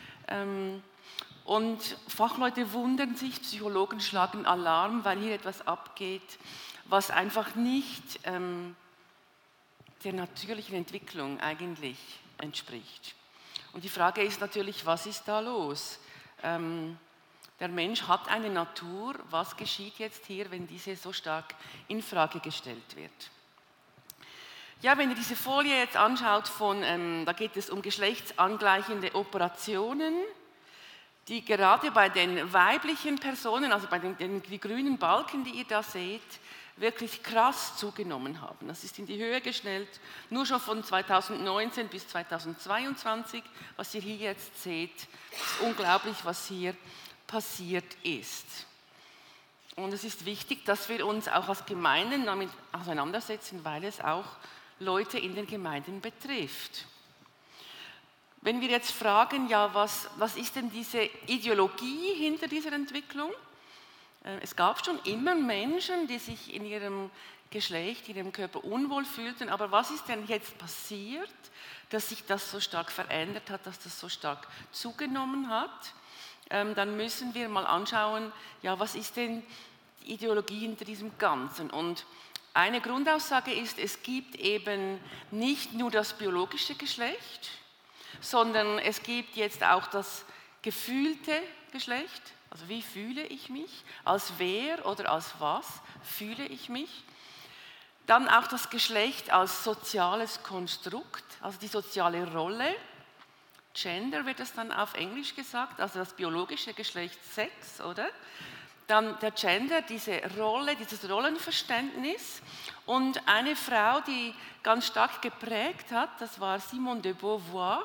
Und Fachleute wundern sich, Psychologen schlagen Alarm, weil hier etwas abgeht, was einfach nicht der natürlichen Entwicklung eigentlich entspricht. Und die Frage ist natürlich, was ist da los? Der Mensch hat eine Natur, was geschieht jetzt hier, wenn diese so stark in Frage gestellt wird? Ja, wenn ihr diese Folie jetzt anschaut, da geht es um geschlechtsangleichende Operationen, die gerade bei den weiblichen Personen, also bei die grünen Balken, die ihr da seht, wirklich krass zugenommen haben. Das ist in die Höhe geschnellt, nur schon von 2019 bis 2022, was ihr hier jetzt seht. Es ist unglaublich, was hier passiert ist. Und es ist wichtig, dass wir uns auch als Gemeinden damit auseinandersetzen, weil es auch Leute in den Gemeinden betrifft. Wenn wir jetzt fragen, ja, was ist denn diese Ideologie hinter dieser Entwicklung? Es gab schon immer Menschen, die sich in ihrem Geschlecht, in ihrem Körper unwohl fühlten, aber was ist denn jetzt passiert, dass sich das so stark verändert hat, dass das so stark zugenommen hat? Dann müssen wir mal anschauen, ja, was ist denn die Ideologie hinter diesem Ganzen? Und eine Grundaussage ist, es gibt eben nicht nur das biologische Geschlecht, sondern es gibt jetzt auch das gefühlte Geschlecht. Also wie fühle ich mich? Als wer oder als was fühle ich mich? Dann auch das Geschlecht als soziales Konstrukt, also die soziale Rolle. Gender wird es dann auf Englisch gesagt, also das biologische Geschlecht Sex, oder? Dann der Gender, diese Rolle, dieses Rollenverständnis. Und eine Frau, die ganz stark geprägt hat, das war Simone de Beauvoir.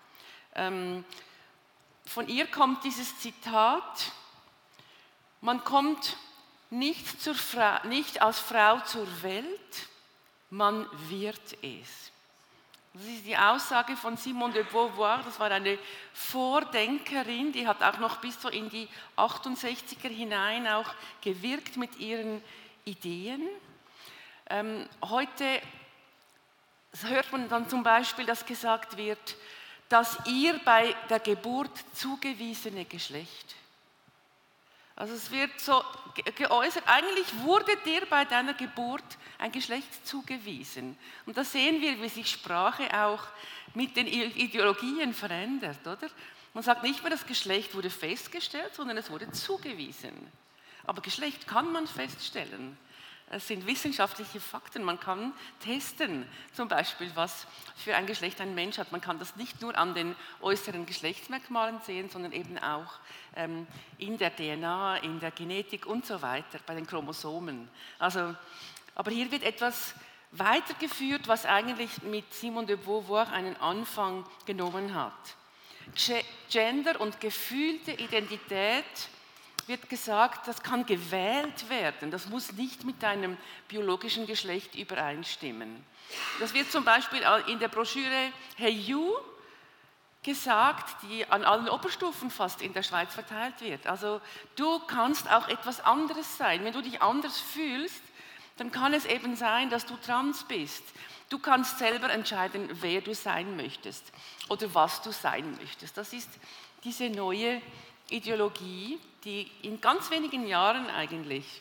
Von ihr kommt dieses Zitat: Man kommt nicht als Frau zur Welt, man wird es. Das ist die Aussage von Simone de Beauvoir, das war eine Vordenkerin, die hat auch noch bis so in die 68er hinein auch gewirkt mit ihren Ideen. Heute hört man dann zum Beispiel, dass gesagt wird, dass ihr bei der Geburt zugewiesene Geschlecht. Also es wird so geäußert, eigentlich wurde dir bei deiner Geburt ein Geschlecht zugewiesen. Und da sehen wir, wie sich Sprache auch mit den Ideologien verändert, oder? Man sagt nicht mehr, das Geschlecht wurde festgestellt, sondern es wurde zugewiesen. Aber Geschlecht kann man feststellen. Es sind wissenschaftliche Fakten. Man kann testen, zum Beispiel, was für ein Geschlecht ein Mensch hat. Man kann das nicht nur an den äußeren Geschlechtsmerkmalen sehen, sondern eben auch in der DNA, in der Genetik und so weiter, bei den Chromosomen. Also, aber hier wird etwas weitergeführt, was eigentlich mit Simone de Beauvoir einen Anfang genommen hat. Gender und gefühlte Identität, wird gesagt, das kann gewählt werden, das muss nicht mit deinem biologischen Geschlecht übereinstimmen. Das wird zum Beispiel in der Broschüre Hey You gesagt, die an allen Oberstufen fast in der Schweiz verteilt wird. Also du kannst auch etwas anderes sein. Wenn du dich anders fühlst, dann kann es eben sein, dass du trans bist. Du kannst selber entscheiden, wer du sein möchtest oder was du sein möchtest. Das ist diese neue Ideologie, die in ganz wenigen Jahren eigentlich,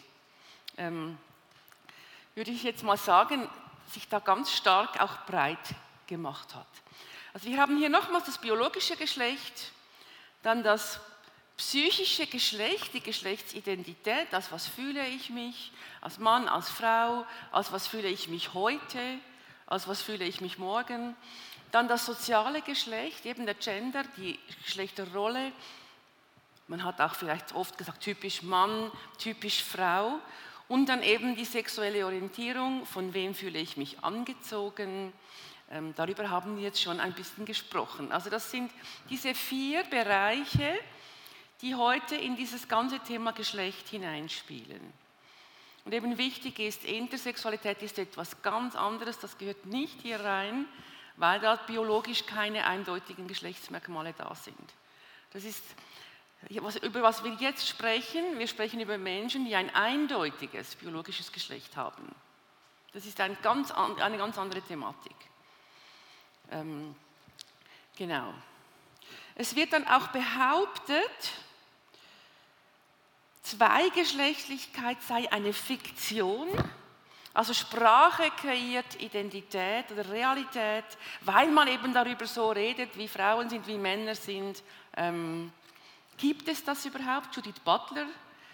würde ich jetzt mal sagen, sich da ganz stark auch breit gemacht hat. Also wir haben hier nochmals das biologische Geschlecht, dann das psychische Geschlecht, die Geschlechtsidentität, das, was fühle ich mich als Mann, als Frau, als was fühle ich mich heute, als was fühle ich mich morgen. Dann das soziale Geschlecht, eben der Gender, die Geschlechterrolle. Man hat auch vielleicht oft gesagt, typisch Mann, typisch Frau. Und dann eben die sexuelle Orientierung, von wem fühle ich mich angezogen. Darüber haben wir jetzt schon ein bisschen gesprochen. Also das sind diese 4 Bereiche, die heute in dieses ganze Thema Geschlecht hineinspielen. Und eben wichtig ist, Intersexualität ist etwas ganz anderes, das gehört nicht hier rein, weil da biologisch keine eindeutigen Geschlechtsmerkmale da sind. Das ist, über was wir jetzt sprechen, wir sprechen über Menschen, die ein eindeutiges biologisches Geschlecht haben. Das ist eine ganz andere Thematik. Genau. Es wird dann auch behauptet, Zweigeschlechtlichkeit sei eine Fiktion, also Sprache kreiert Identität oder Realität, weil man eben darüber so redet, wie Frauen sind, wie Männer sind. Gibt es das überhaupt? Judith Butler,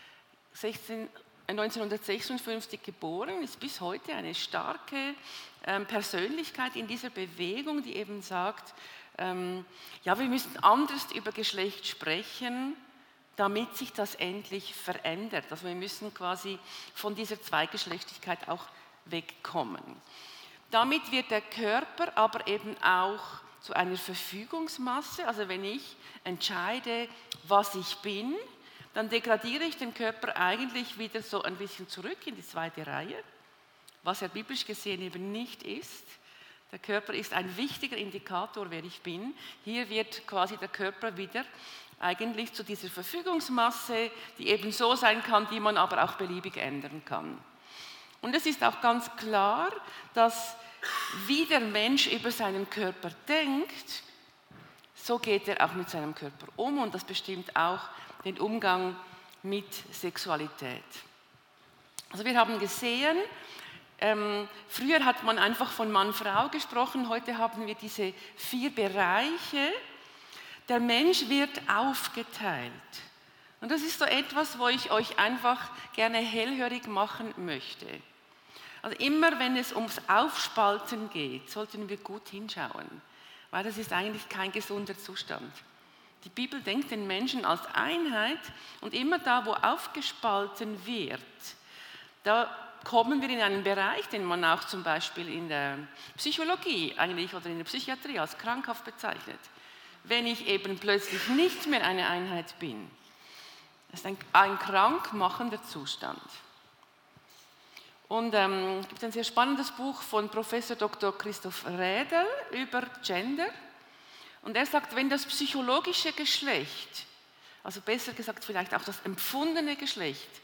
1956 geboren, ist bis heute eine starke Persönlichkeit in dieser Bewegung, die eben sagt, ja, wir müssen anders über Geschlecht sprechen, damit sich das endlich verändert. Also wir müssen quasi von dieser Zweigeschlechtlichkeit auch wegkommen. Damit wird der Körper aber eben auch zu einer Verfügungsmasse. Also wenn ich entscheide, was ich bin, dann degradiere ich den Körper eigentlich wieder so ein bisschen zurück in die 2. Reihe, was ja biblisch gesehen eben nicht ist. Der Körper ist ein wichtiger Indikator, wer ich bin. Hier wird quasi der Körper wieder eigentlich zu dieser Verfügungsmasse, die eben so sein kann, die man aber auch beliebig ändern kann. Und es ist auch ganz klar, dass wie der Mensch über seinen Körper denkt, so geht er auch mit seinem Körper um und das bestimmt auch den Umgang mit Sexualität. Also wir haben gesehen, früher hat man einfach von Mann-Frau gesprochen, heute haben wir diese 4 Bereiche. Der Mensch wird aufgeteilt. Und das ist so etwas, wo ich euch einfach gerne hellhörig machen möchte. Also immer, wenn es ums Aufspalten geht, sollten wir gut hinschauen, weil das ist eigentlich kein gesunder Zustand. Die Bibel denkt den Menschen als Einheit und immer da, wo aufgespalten wird, da kommen wir in einen Bereich, den man auch zum Beispiel in der Psychologie eigentlich oder in der Psychiatrie als krankhaft bezeichnet. Wenn ich eben plötzlich nicht mehr eine Einheit bin. Das ist ein krankmachender Zustand. Und es gibt ein sehr spannendes Buch von Professor Dr. Christoph Rädel über Gender. Und er sagt, wenn das psychologische Geschlecht, also besser gesagt vielleicht auch das empfundene Geschlecht,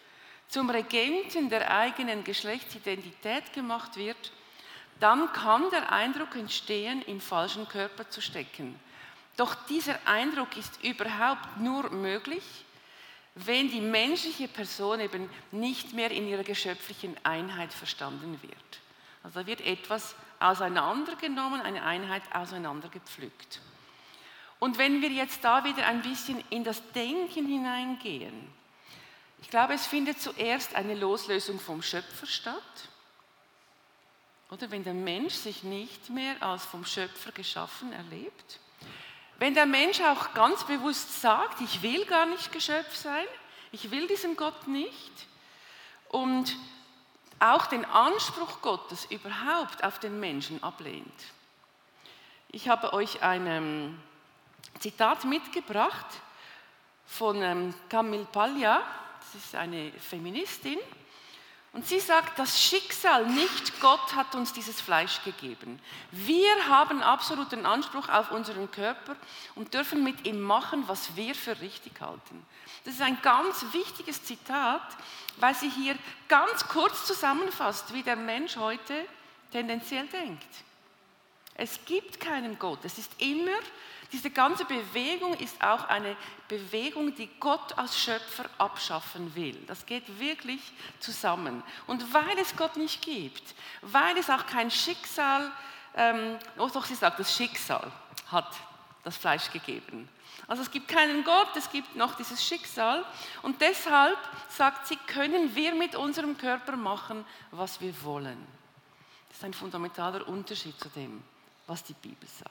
zum Regenten der eigenen Geschlechtsidentität gemacht wird, dann kann der Eindruck entstehen, im falschen Körper zu stecken. Doch dieser Eindruck ist überhaupt nur möglich, wenn die menschliche Person eben nicht mehr in ihrer geschöpflichen Einheit verstanden wird. Also da wird etwas auseinandergenommen, eine Einheit auseinandergepflückt. Und wenn wir jetzt da wieder ein bisschen in das Denken hineingehen, ich glaube, es findet zuerst eine Loslösung vom Schöpfer statt. Oder wenn der Mensch sich nicht mehr als vom Schöpfer geschaffen erlebt. Wenn der Mensch auch ganz bewusst sagt, ich will gar nicht Geschöpf sein, ich will diesen Gott nicht und auch den Anspruch Gottes überhaupt auf den Menschen ablehnt. Ich habe euch ein Zitat mitgebracht von Camille Paglia, das ist eine Feministin, und sie sagt, das Schicksal, nicht Gott hat uns dieses Fleisch gegeben. Wir haben absoluten Anspruch auf unseren Körper und dürfen mit ihm machen, was wir für richtig halten. Das ist ein ganz wichtiges Zitat, weil sie hier ganz kurz zusammenfasst, wie der Mensch heute tendenziell denkt. Es gibt keinen Gott, es ist immer, diese ganze Bewegung ist auch eine Bewegung, die Gott als Schöpfer abschaffen will. Das geht wirklich zusammen. Und weil es Gott nicht gibt, weil es auch kein Schicksal, doch sie sagt, das Schicksal hat das Fleisch gegeben. Also es gibt keinen Gott, es gibt noch dieses Schicksal und deshalb sagt sie, können wir mit unserem Körper machen, was wir wollen. Das ist ein fundamentaler Unterschied zu dem, was die Bibel sagt.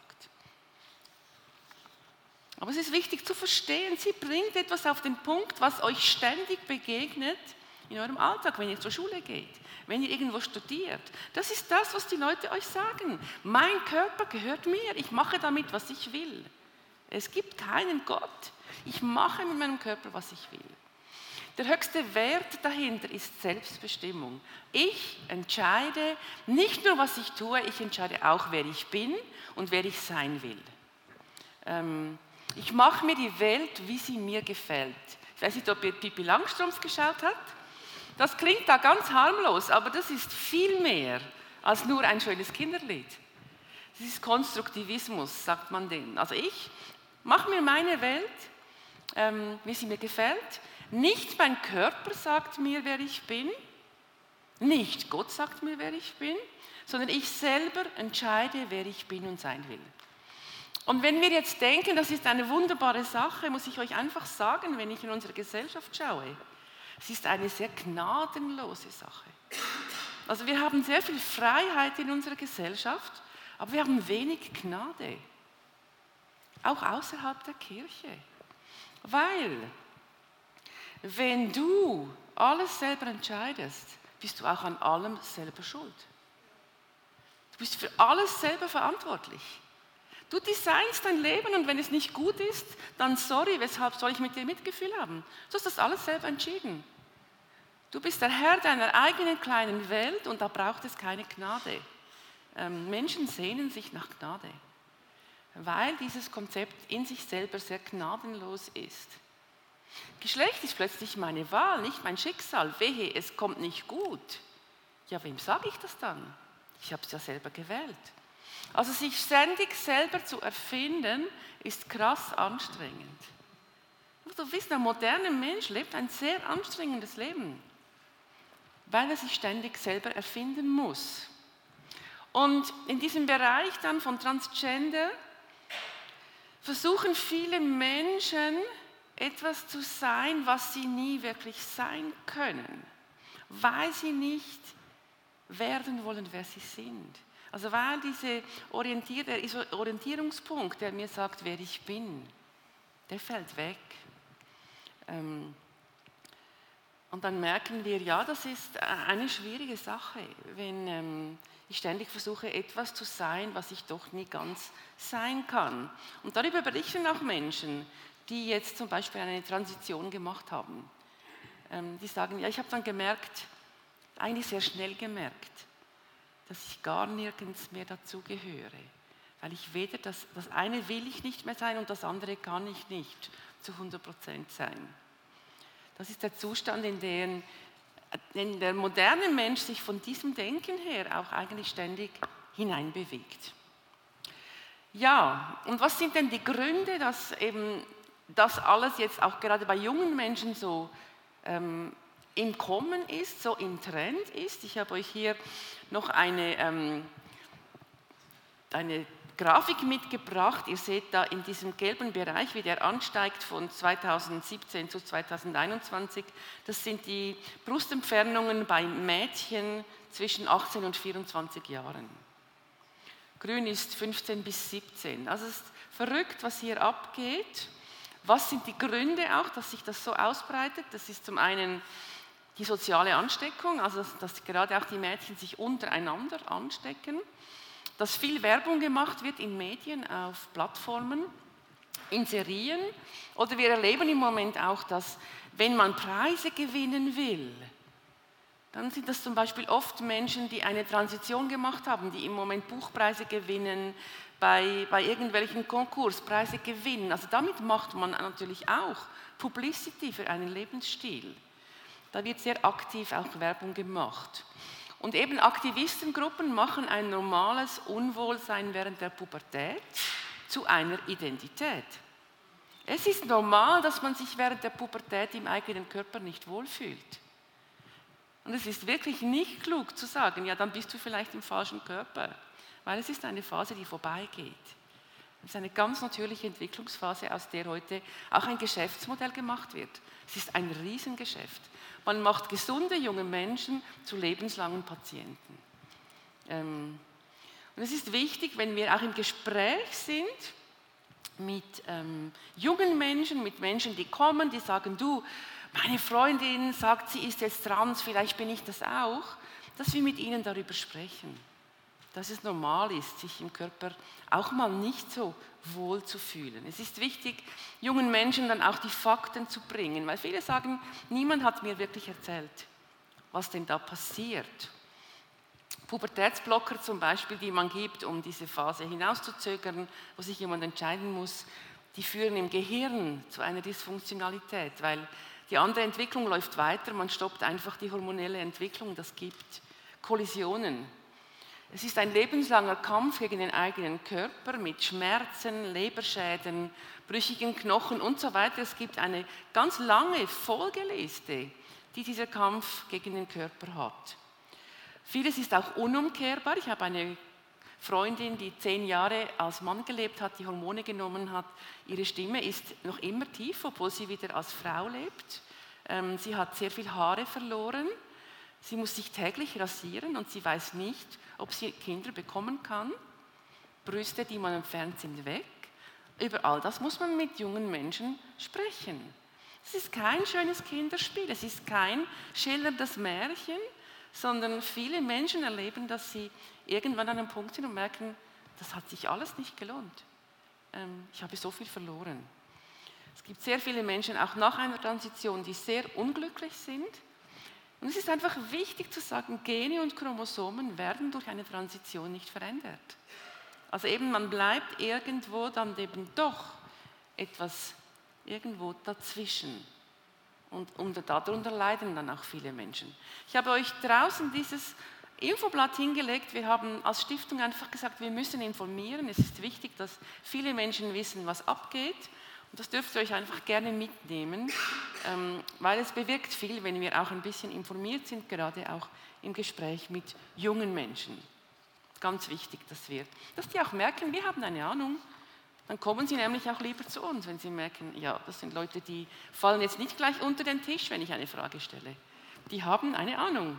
Aber es ist wichtig zu verstehen, sie bringt etwas auf den Punkt, was euch ständig begegnet in eurem Alltag, wenn ihr zur Schule geht, wenn ihr irgendwo studiert. Das ist das, was die Leute euch sagen. Mein Körper gehört mir, ich mache damit, was ich will. Es gibt keinen Gott. Ich mache mit meinem Körper, was ich will. Der höchste Wert dahinter ist Selbstbestimmung. Ich entscheide nicht nur, was ich tue, ich entscheide auch, wer ich bin und wer ich sein will. Ich mache mir die Welt, wie sie mir gefällt. Ich weiß nicht, ob ihr Pippi Langstrumpf geschaut habt. Das klingt da ganz harmlos, aber das ist viel mehr als nur ein schönes Kinderlied. Das ist Konstruktivismus, sagt man dem. Also ich mache mir meine Welt, wie sie mir gefällt. Nicht mein Körper sagt mir, wer ich bin. Nicht Gott sagt mir, wer ich bin. Sondern ich selber entscheide, wer ich bin und sein will. Und wenn wir jetzt denken, das ist eine wunderbare Sache, muss ich euch einfach sagen, wenn ich in unsere Gesellschaft schaue, es ist eine sehr gnadenlose Sache. Also wir haben sehr viel Freiheit in unserer Gesellschaft, aber wir haben wenig Gnade. Auch außerhalb der Kirche. Weil, wenn du alles selber entscheidest, bist du auch an allem selber schuld. Du bist für alles selber verantwortlich. Du designst dein Leben und wenn es nicht gut ist, dann sorry, weshalb soll ich mit dir Mitgefühl haben? Du hast das alles selber entschieden. Du bist der Herr deiner eigenen kleinen Welt und da braucht es keine Gnade. Menschen sehnen sich nach Gnade, weil dieses Konzept in sich selber sehr gnadenlos ist. Geschlecht ist plötzlich meine Wahl, nicht mein Schicksal. Wehe, es kommt nicht gut. Ja, wem sage ich das dann? Ich habe es ja selber gewählt. Also sich ständig selber zu erfinden, ist krass anstrengend. Du weißt, ein moderner Mensch lebt ein sehr anstrengendes Leben, weil er sich ständig selber erfinden muss. Und in diesem Bereich dann von Transgender versuchen viele Menschen, etwas zu sein, was sie nie wirklich sein können, weil sie nicht werden wollen, wer sie sind. Also weil der Orientierungspunkt, der mir sagt, wer ich bin, der fällt weg. Und dann merken wir, ja, das ist eine schwierige Sache, wenn ich ständig versuche, etwas zu sein, was ich doch nie ganz sein kann. Und darüber berichten auch Menschen, die jetzt zum Beispiel eine Transition gemacht haben. Die sagen, ja, ich habe dann gemerkt, eigentlich sehr schnell gemerkt, dass ich gar nirgends mehr dazugehöre. Weil ich weder das eine will ich nicht mehr sein und das andere kann ich nicht zu 100% sein. Das ist der Zustand, in dem Denn der moderne Mensch sich von diesem Denken her auch eigentlich ständig hineinbewegt. Ja, und was sind denn die Gründe, dass eben das alles jetzt auch gerade bei jungen Menschen so im Kommen ist, so im Trend ist? Ich habe euch hier noch eine Grafik mitgebracht. Ihr seht da in diesem gelben Bereich, wie der ansteigt von 2017 zu 2021. Das sind die Brustentfernungen bei Mädchen zwischen 18 und 24 Jahren. Grün ist 15 bis 17. Also es ist verrückt, was hier abgeht. Was sind die Gründe auch, dass sich das so ausbreitet? Das ist zum einen die soziale Ansteckung, also dass gerade auch die Mädchen sich untereinander anstecken. Dass viel Werbung gemacht wird in Medien, auf Plattformen, in Serien. Oder wir erleben im Moment auch, dass wenn man Preise gewinnen will, dann sind das zum Beispiel oft Menschen, die eine Transition gemacht haben, die im Moment Buchpreise gewinnen, bei irgendwelchen Konkurspreise gewinnen. Also damit macht man natürlich auch Publicity für einen Lebensstil. Da wird sehr aktiv auch Werbung gemacht. Und eben Aktivistengruppen machen ein normales Unwohlsein während der Pubertät zu einer Identität. Es ist normal, dass man sich während der Pubertät im eigenen Körper nicht wohlfühlt. Und es ist wirklich nicht klug zu sagen, ja, dann bist du vielleicht im falschen Körper, weil es ist eine Phase, die vorbeigeht. Es ist eine ganz natürliche Entwicklungsphase, aus der heute auch ein Geschäftsmodell gemacht wird. Es ist ein Riesengeschäft. Man macht gesunde junge Menschen zu lebenslangen Patienten. Und es ist wichtig, wenn wir auch im Gespräch sind mit jungen Menschen, mit Menschen, die kommen, die sagen, du, meine Freundin sagt, sie ist jetzt trans, vielleicht bin ich das auch, dass wir mit ihnen darüber sprechen. Dass es normal ist, sich im Körper auch mal nicht so wohl zu fühlen. Es ist wichtig, jungen Menschen dann auch die Fakten zu bringen, weil viele sagen, niemand hat mir wirklich erzählt, was denn da passiert. Pubertätsblocker zum Beispiel, die man gibt, um diese Phase hinauszuzögern, wo sich jemand entscheiden muss, die führen im Gehirn zu einer Dysfunktionalität, weil die andere Entwicklung läuft weiter, man stoppt einfach die hormonelle Entwicklung, das gibt Kollisionen. Es ist ein lebenslanger Kampf gegen den eigenen Körper mit Schmerzen, Leberschäden, brüchigen Knochen und so weiter. Es gibt eine ganz lange Folgeliste, die dieser Kampf gegen den Körper hat. Vieles ist auch unumkehrbar. Ich habe eine Freundin, die 10 Jahre als Mann gelebt hat, die Hormone genommen hat. Ihre Stimme ist noch immer tief, obwohl sie wieder als Frau lebt. Sie hat sehr viel Haare verloren. Sie muss sich täglich rasieren und sie weiß nicht, ob sie Kinder bekommen kann. Brüste, die man entfernt, sind weg. Über all das muss man mit jungen Menschen sprechen. Es ist kein schönes Kinderspiel, es ist kein schillerndes Märchen, sondern viele Menschen erleben, dass sie irgendwann an einem Punkt sind und merken, das hat sich alles nicht gelohnt. Ich habe so viel verloren. Es gibt sehr viele Menschen, auch nach einer Transition, die sehr unglücklich sind. Und es ist einfach wichtig zu sagen, Gene und Chromosomen werden durch eine Transition nicht verändert. Also eben, man bleibt irgendwo dann eben doch etwas irgendwo dazwischen. Und darunter leiden dann auch viele Menschen. Ich habe euch draußen dieses Infoblatt hingelegt. Wir haben als Stiftung einfach gesagt, wir müssen informieren. Es ist wichtig, dass viele Menschen wissen, was abgeht. Und das dürft ihr euch einfach gerne mitnehmen, weil es bewirkt viel, wenn wir auch ein bisschen informiert sind, gerade auch im Gespräch mit jungen Menschen. Ganz wichtig, dass die auch merken, wir haben eine Ahnung. Dann kommen sie nämlich auch lieber zu uns, wenn sie merken, ja, das sind Leute, die fallen jetzt nicht gleich unter den Tisch, wenn ich eine Frage stelle. Die haben eine Ahnung.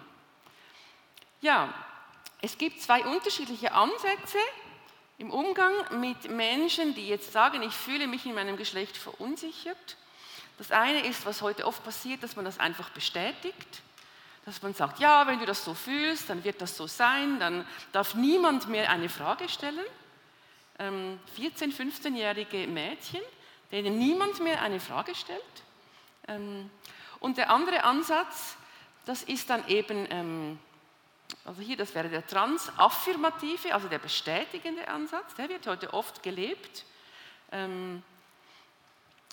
Ja, es gibt 2 unterschiedliche Ansätze im Umgang mit Menschen, die jetzt sagen, ich fühle mich in meinem Geschlecht verunsichert. Das eine ist, was heute oft passiert, dass man das einfach bestätigt, dass man sagt, ja, wenn du das so fühlst, dann wird das so sein, dann darf niemand mehr eine Frage stellen. 14-, 15-jährige Mädchen, denen niemand mehr eine Frage stellt. Und der andere Ansatz, das ist dann eben, also hier, das wäre der transaffirmative, also der bestätigende Ansatz, der wird heute oft gelebt.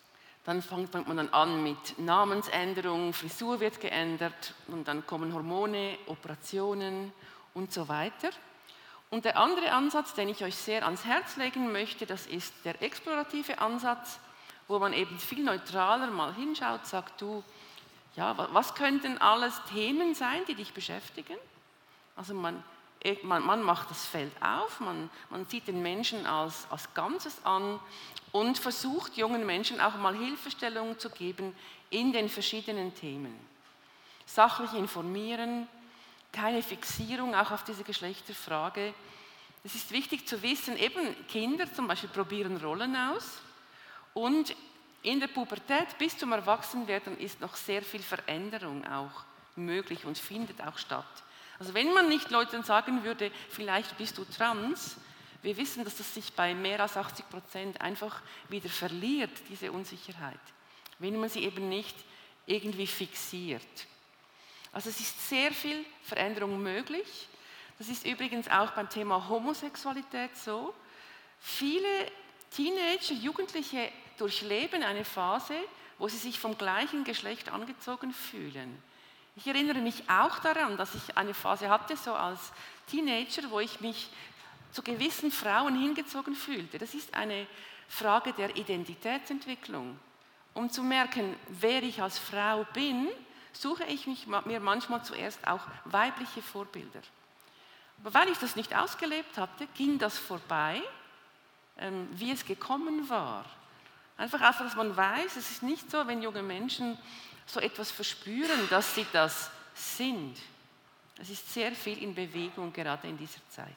Dann fängt man dann an mit Namensänderung, Frisur wird geändert und dann kommen Hormone, Operationen und so weiter. Und der andere Ansatz, den ich euch sehr ans Herz legen möchte, das ist der explorative Ansatz, wo man eben viel neutraler mal hinschaut, sagt du, ja, was könnten alles Themen sein, die dich beschäftigen? Also man macht das Feld auf, man sieht den Menschen als Ganzes an und versucht jungen Menschen auch mal Hilfestellungen zu geben in den verschiedenen Themen. Sachlich informieren, keine Fixierung auch auf diese Geschlechterfrage. Es ist wichtig zu wissen, eben Kinder zum Beispiel probieren Rollen aus und in der Pubertät bis zum Erwachsenwerden ist noch sehr viel Veränderung auch möglich und findet auch statt. Also wenn man nicht Leuten sagen würde, vielleicht bist du trans, wir wissen, dass das sich bei mehr als 80% einfach wieder verliert, diese Unsicherheit, wenn man sie eben nicht irgendwie fixiert. Also es ist sehr viel Veränderung möglich. Das ist übrigens auch beim Thema Homosexualität so. Viele Teenager, Jugendliche durchleben eine Phase, wo sie sich vom gleichen Geschlecht angezogen fühlen. Ich erinnere mich auch daran, dass ich eine Phase hatte, so als Teenager, wo ich mich zu gewissen Frauen hingezogen fühlte. Das ist eine Frage der Identitätsentwicklung. Um zu merken, wer ich als Frau bin, suche ich mir manchmal zuerst auch weibliche Vorbilder. Aber weil ich das nicht ausgelebt hatte, ging das vorbei, wie es gekommen war. Einfach, dass man weiß, es ist nicht so, wenn junge Menschen so etwas verspüren, dass sie das sind. Es ist sehr viel in Bewegung, gerade in dieser Zeit.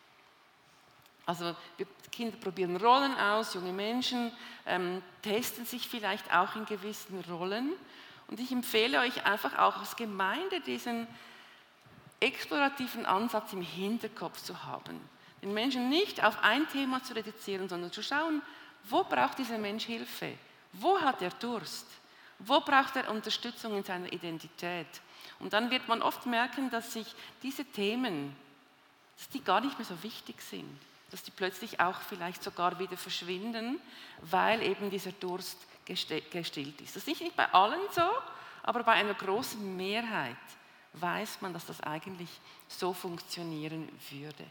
Also Kinder probieren Rollen aus, junge Menschen testen sich vielleicht auch in gewissen Rollen. Und ich empfehle euch einfach auch als Gemeinde diesen explorativen Ansatz im Hinterkopf zu haben. Den Menschen nicht auf ein Thema zu reduzieren, sondern zu schauen, wo braucht dieser Mensch Hilfe? Wo hat er Durst? Wo braucht er Unterstützung in seiner Identität? Und dann wird man oft merken, dass sich diese Themen, dass die gar nicht mehr so wichtig sind, dass die plötzlich auch vielleicht sogar wieder verschwinden, weil eben dieser Durst gestillt ist. Das ist nicht bei allen so, aber bei einer großen Mehrheit weiß man, dass das eigentlich so funktionieren würde.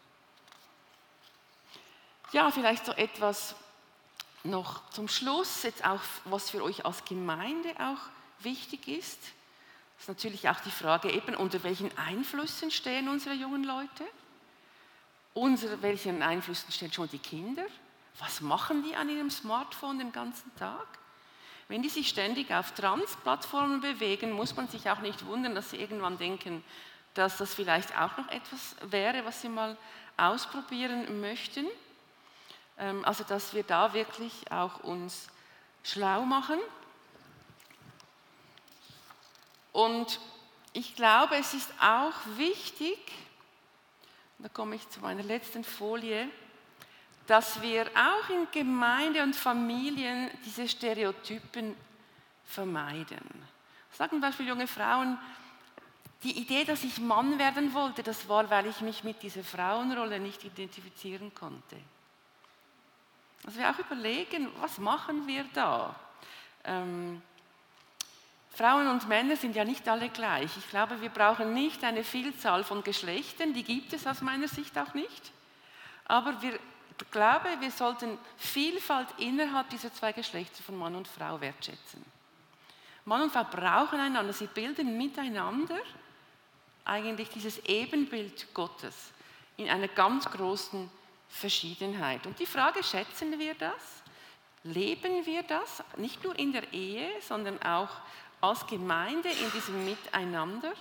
Ja, vielleicht so etwas noch zum Schluss, jetzt auch, was für euch als Gemeinde auch wichtig ist. Das ist natürlich auch die Frage, eben unter welchen Einflüssen stehen unsere jungen Leute? Unter welchen Einflüssen stehen schon die Kinder? Was machen die an ihrem Smartphone den ganzen Tag? Wenn die sich ständig auf Trans-Plattformen bewegen, muss man sich auch nicht wundern, dass sie irgendwann denken, dass das vielleicht auch noch etwas wäre, was sie mal ausprobieren möchten. Also dass wir da wirklich auch uns schlau machen. Und ich glaube, es ist auch wichtig, da komme ich zu meiner letzten Folie, dass wir auch in Gemeinde und Familien diese Stereotypen vermeiden. Sagen zum Beispiel junge Frauen, die Idee, dass ich Mann werden wollte, das war, weil ich mich mit dieser Frauenrolle nicht identifizieren konnte. Also wir auch überlegen, was machen wir da? Frauen und Männer sind ja nicht alle gleich. Ich glaube, wir brauchen nicht eine Vielzahl von Geschlechtern, die gibt es aus meiner Sicht auch nicht. Aber ich glaube, wir sollten Vielfalt innerhalb dieser zwei Geschlechter von Mann und Frau wertschätzen. Mann und Frau brauchen einander, sie bilden miteinander eigentlich dieses Ebenbild Gottes in einer ganz großen Verschiedenheit. Und die Frage, schätzen wir das? Leben wir das? Nicht nur in der Ehe, sondern auch als Gemeinde in diesem Miteinander.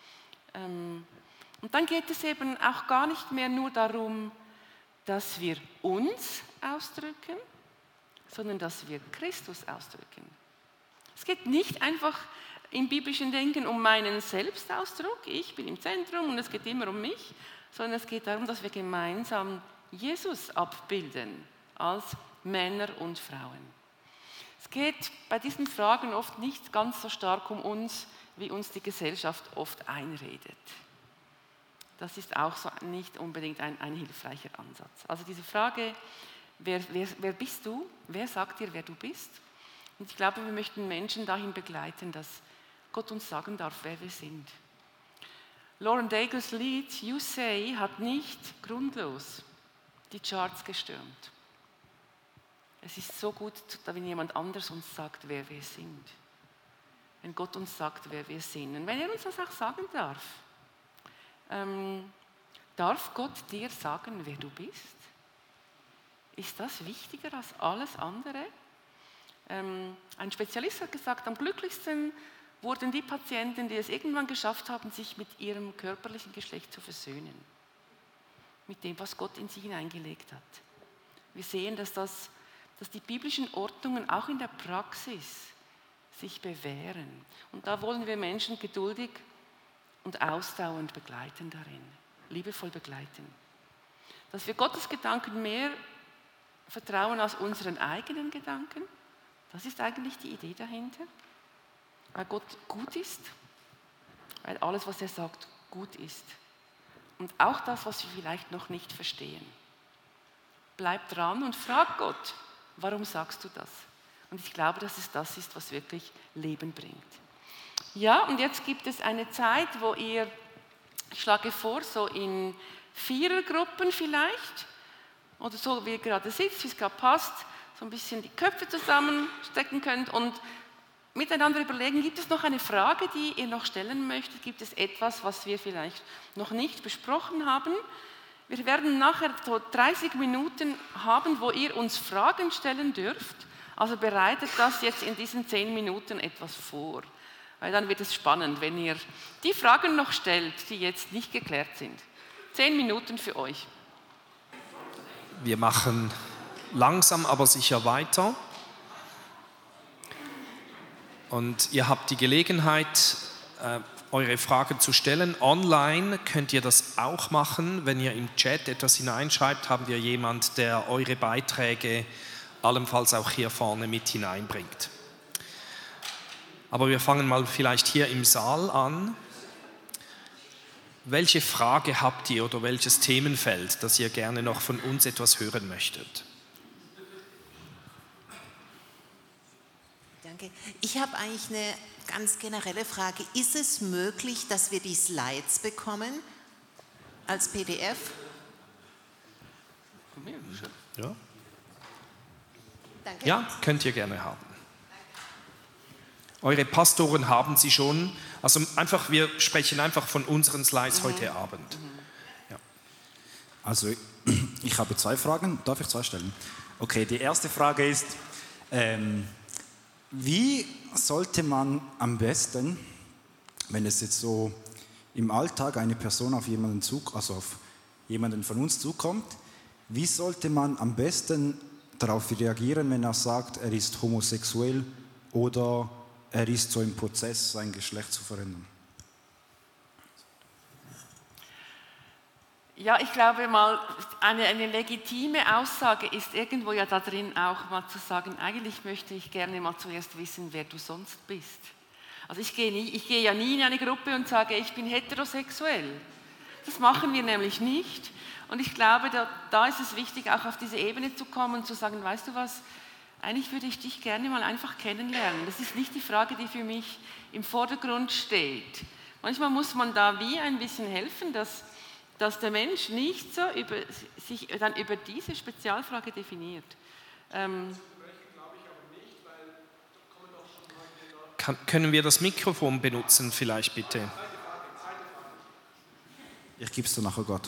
Und dann geht es eben auch gar nicht mehr nur darum, dass wir uns ausdrücken, sondern dass wir Christus ausdrücken. Es geht nicht einfach im biblischen Denken um meinen Selbstausdruck, ich bin im Zentrum und es geht immer um mich, sondern es geht darum, dass wir gemeinsam Jesus abbilden als Männer und Frauen. Es geht bei diesen Fragen oft nicht ganz so stark um uns, wie uns die Gesellschaft oft einredet. Das ist auch so nicht unbedingt ein hilfreicher Ansatz. Also diese Frage, wer bist du? Wer sagt dir, wer du bist? Und ich glaube, wir möchten Menschen dahin begleiten, dass Gott uns sagen darf, wer wir sind. Lauren Daigle's Lied You Say hat nicht grundlos die Charts gestürmt. Es ist so gut, wenn jemand anders uns sagt, wer wir sind. Wenn Gott uns sagt, wer wir sind. Und wenn er uns das auch sagen darf. Darf Gott dir sagen, wer du bist? Ist das wichtiger als alles andere? Ein Spezialist hat gesagt, am glücklichsten wurden die Patienten, die es irgendwann geschafft haben, sich mit ihrem körperlichen Geschlecht zu versöhnen. Mit dem, was Gott in sie hineingelegt hat. Wir sehen, dass die biblischen Ordnungen auch in der Praxis sich bewähren. Und da wollen wir Menschen geduldig und ausdauernd begleiten darin, liebevoll begleiten. Dass wir Gottes Gedanken mehr vertrauen als unseren eigenen Gedanken, das ist eigentlich die Idee dahinter. Weil Gott gut ist, weil alles, was er sagt, gut ist. Und auch das, was wir vielleicht noch nicht verstehen. Bleib dran und frag Gott, warum sagst du das? Und ich glaube, dass es das ist, was wirklich Leben bringt. Ja, und jetzt gibt es eine Zeit, wo ihr, ich schlage vor, so in Vierergruppen vielleicht, oder so wie ihr gerade sitzt, wie es gerade passt, so ein bisschen die Köpfe zusammenstecken könnt und miteinander überlegen, gibt es noch eine Frage, die ihr noch stellen möchtet? Gibt es etwas, was wir vielleicht noch nicht besprochen haben? Wir werden nachher so 30 Minuten haben, wo ihr uns Fragen stellen dürft. Also bereitet das jetzt in diesen 10 Minuten etwas vor. Weil dann wird es spannend, wenn ihr die Fragen noch stellt, die jetzt nicht geklärt sind. 10 Minuten für euch. Wir machen langsam, aber sicher weiter. Und ihr habt die Gelegenheit, eure Fragen zu stellen. Online könnt ihr das auch machen. Wenn ihr im Chat etwas hineinschreibt, haben wir jemanden, der eure Beiträge allenfalls auch hier vorne mit hineinbringt. Aber wir fangen mal vielleicht hier im Saal an. Welche Frage habt ihr oder welches Themenfeld, das ihr gerne noch von uns etwas hören möchtet? Danke. Ich habe eigentlich eine ganz generelle Frage. Ist es möglich, dass wir die Slides bekommen als PDF? Ja. Danke. Ja, könnt ihr gerne haben. Eure Pastoren haben sie schon. Also einfach, wir sprechen einfach von unseren Slides heute Abend. Ja. Also ich habe 2 Fragen. Darf ich 2 stellen? Okay, die erste Frage ist, wie sollte man am besten, wenn es jetzt so im Alltag eine Person auf jemanden von uns zukommt, wie sollte man am besten darauf reagieren, wenn er sagt, er ist homosexuell oder er ist so im Prozess, sein Geschlecht zu verändern? Ja, ich glaube mal, eine legitime Aussage ist irgendwo ja da drin auch mal zu sagen, eigentlich möchte ich gerne mal zuerst wissen, wer du sonst bist. Also ich gehe ja nie in eine Gruppe und sage, ich bin heterosexuell. Das machen wir nämlich nicht. Und ich glaube, da ist es wichtig, auch auf diese Ebene zu kommen und zu sagen, weißt du was, eigentlich würde ich dich gerne mal einfach kennenlernen. Das ist nicht die Frage, die für mich im Vordergrund steht. Manchmal muss man da wie ein bisschen helfen, dass der Mensch nicht so sich dann über diese Spezialfrage definiert. Können wir das Mikrofon benutzen vielleicht bitte? Ich gebe es dir nachher Gott.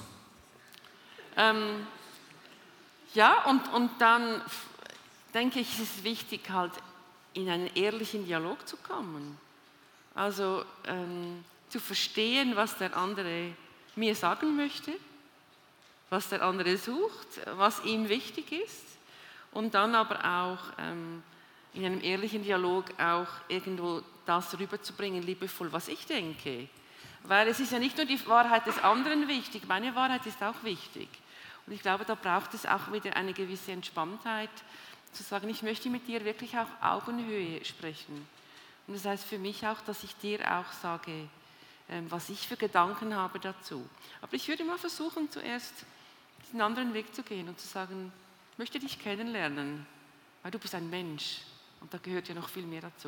Ja, und dann denke ich, ist es wichtig, halt in einen ehrlichen Dialog zu kommen. Also zu verstehen, was der andere mir sagen möchte, was der andere sucht, was ihm wichtig ist und dann aber auch in einem ehrlichen Dialog auch irgendwo das rüberzubringen, liebevoll, was ich denke. Weil es ist ja nicht nur die Wahrheit des anderen wichtig, meine Wahrheit ist auch wichtig. Und ich glaube, da braucht es auch wieder eine gewisse Entspanntheit, zu sagen, ich möchte mit dir wirklich auf Augenhöhe sprechen. Und das heißt für mich auch, dass ich dir auch sage, was ich für Gedanken habe dazu. Aber ich würde mal versuchen, zuerst diesen anderen Weg zu gehen und zu sagen, ich möchte dich kennenlernen, weil du bist ein Mensch Und da gehört ja noch viel mehr dazu.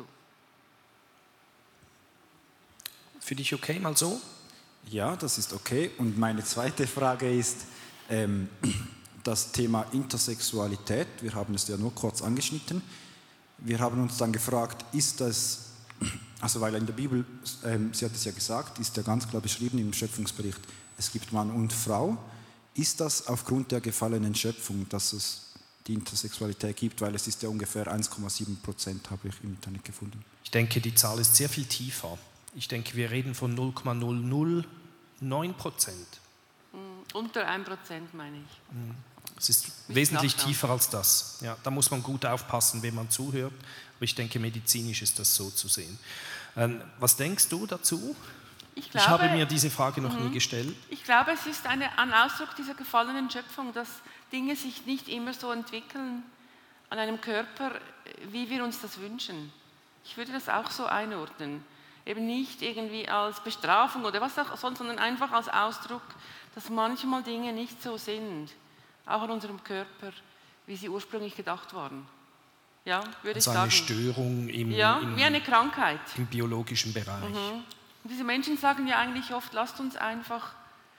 Für dich okay, mal so? Ja, das ist okay. Und meine zweite Frage ist das Thema Intersexualität. Wir haben es ja nur kurz angeschnitten. Wir haben uns dann gefragt, ist das, also weil in der Bibel, sie hat es ja gesagt, ist ja ganz klar beschrieben im Schöpfungsbericht, es gibt Mann und Frau. Ist das aufgrund der gefallenen Schöpfung, dass es die Intersexualität gibt? Weil es ist ja ungefähr 1,7%, habe ich im Internet gefunden. Ich denke, die Zahl ist sehr viel tiefer. Ich denke, wir reden von 0,009%. Unter 1%, meine ich. Es ist wesentlich tiefer als das. Ja, da muss man gut aufpassen, wenn man zuhört. Aber ich denke, medizinisch ist das so zu sehen. Was denkst du dazu? Ich habe mir diese Frage noch nie gestellt. Ich glaube, es ist ein Ausdruck dieser gefallenen Schöpfung, dass Dinge sich nicht immer so entwickeln an einem Körper, wie wir uns das wünschen. Ich würde das auch so einordnen. Eben nicht irgendwie als Bestrafung oder was auch sonst, sondern einfach als Ausdruck, dass manchmal Dinge nicht so sind, auch an unserem Körper, wie sie ursprünglich gedacht waren. Ja, würde ich sagen. Eine Störung wie eine Krankheit. Im biologischen Bereich. Und diese Menschen sagen ja eigentlich oft, lasst uns einfach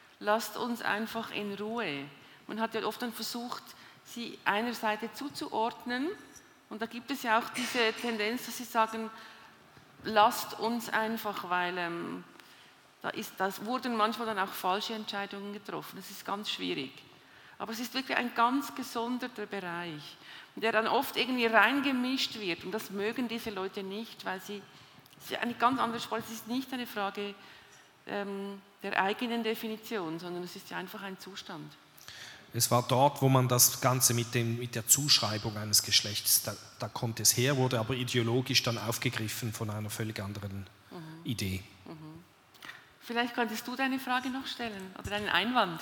in Ruhe. Man hat ja oft dann versucht, sie einer Seite zuzuordnen. Und da gibt es ja auch diese Tendenz, dass sie sagen, lasst uns einfach, weil da wurden manchmal dann auch falsche Entscheidungen getroffen. Das ist ganz schwierig. Aber es ist wirklich ein ganz gesonderter Bereich, der dann oft irgendwie reingemischt wird. Und das mögen diese Leute nicht, weil es ist eine ganz andere Sprache. Es ist nicht eine Frage der eigenen Definition, sondern es ist ja einfach ein Zustand. Es war dort, wo man das Ganze mit der Zuschreibung eines Geschlechts, da kommt es her, wurde aber ideologisch dann aufgegriffen von einer völlig anderen Idee. Vielleicht könntest du deine Frage noch stellen oder deinen Einwand.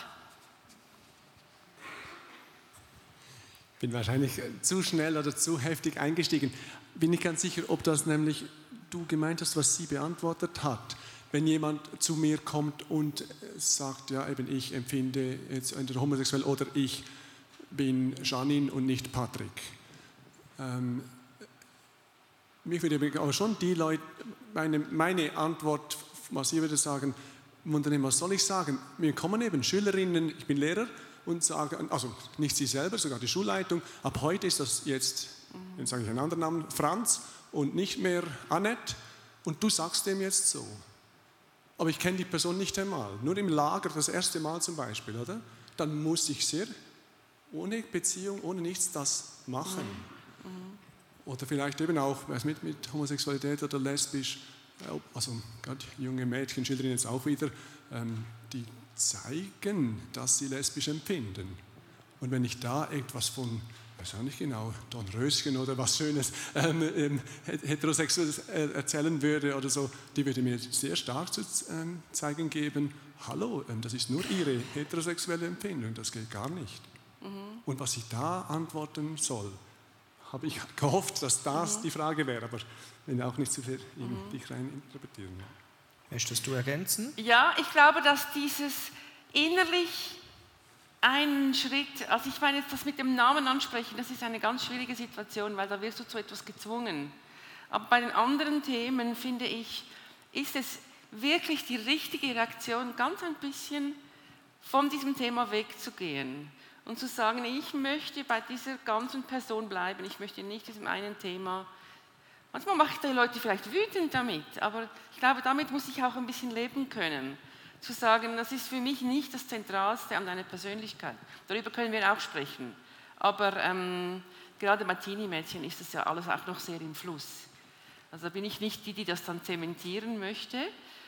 Ich bin wahrscheinlich zu schnell oder zu heftig eingestiegen. Bin nicht ganz sicher, ob das nämlich du gemeint hast, was sie beantwortet hat. Wenn jemand zu mir kommt und sagt, ja, eben ich empfinde jetzt entweder homosexuell oder ich bin Janine und nicht Patrick. Mich würde aber schon die Leute, meine Antwort, was ich würde sagen, was soll ich sagen? Mir kommen eben Schülerinnen, ich bin Lehrer, und sagen, also nicht sie selber, sogar die Schulleitung, ab heute ist das jetzt, dann sage ich einen anderen Namen, Franz und nicht mehr Annette, und du sagst dem jetzt so. Aber ich kenne die Person nicht einmal, nur im Lager das erste Mal zum Beispiel, oder? Dann muss ich ohne Beziehung, ohne nichts das machen. Oder vielleicht eben auch mit Homosexualität oder lesbisch, also gerade junge Mädchen, Schülerinnen jetzt auch wieder, die zeigen, dass sie lesbisch empfinden. Und wenn ich da etwas von, weiß auch nicht genau, Dornröschen oder was Schönes, Heterosexuelles erzählen würde oder so, die würde mir sehr stark zu zeigen geben, hallo, das ist nur ihre heterosexuelle Empfindung, das geht gar nicht. Und was ich da antworten soll, habe ich gehofft, dass das die Frage wäre, aber wenn auch nicht zu viel in dich rein interpretieren. Möchtest du ergänzen? Ja, ich glaube, dass dieses innerlich einen Schritt, also ich meine jetzt das mit dem Namen ansprechen, das ist eine ganz schwierige Situation, weil da wirst du zu etwas gezwungen. Aber bei den anderen Themen, finde ich, ist es wirklich die richtige Reaktion, ganz ein bisschen von diesem Thema wegzugehen und zu sagen, ich möchte bei dieser ganzen Person bleiben, ich möchte nicht diesem einen Thema. Manchmal mache ich die Leute vielleicht wütend damit, aber ich glaube, damit muss ich auch ein bisschen leben können. Zu sagen, das ist für mich nicht das Zentralste an deiner Persönlichkeit. Darüber können wir auch sprechen. Aber gerade bei Teenie-Mädchen ist das ja alles auch noch sehr im Fluss. Also bin ich nicht die das dann zementieren möchte.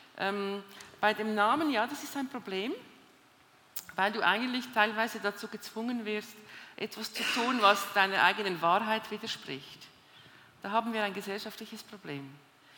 Bei dem Namen, ja, das ist ein Problem, weil du eigentlich teilweise dazu gezwungen wirst, etwas zu tun, was deiner eigenen Wahrheit widerspricht. Da haben wir ein gesellschaftliches Problem.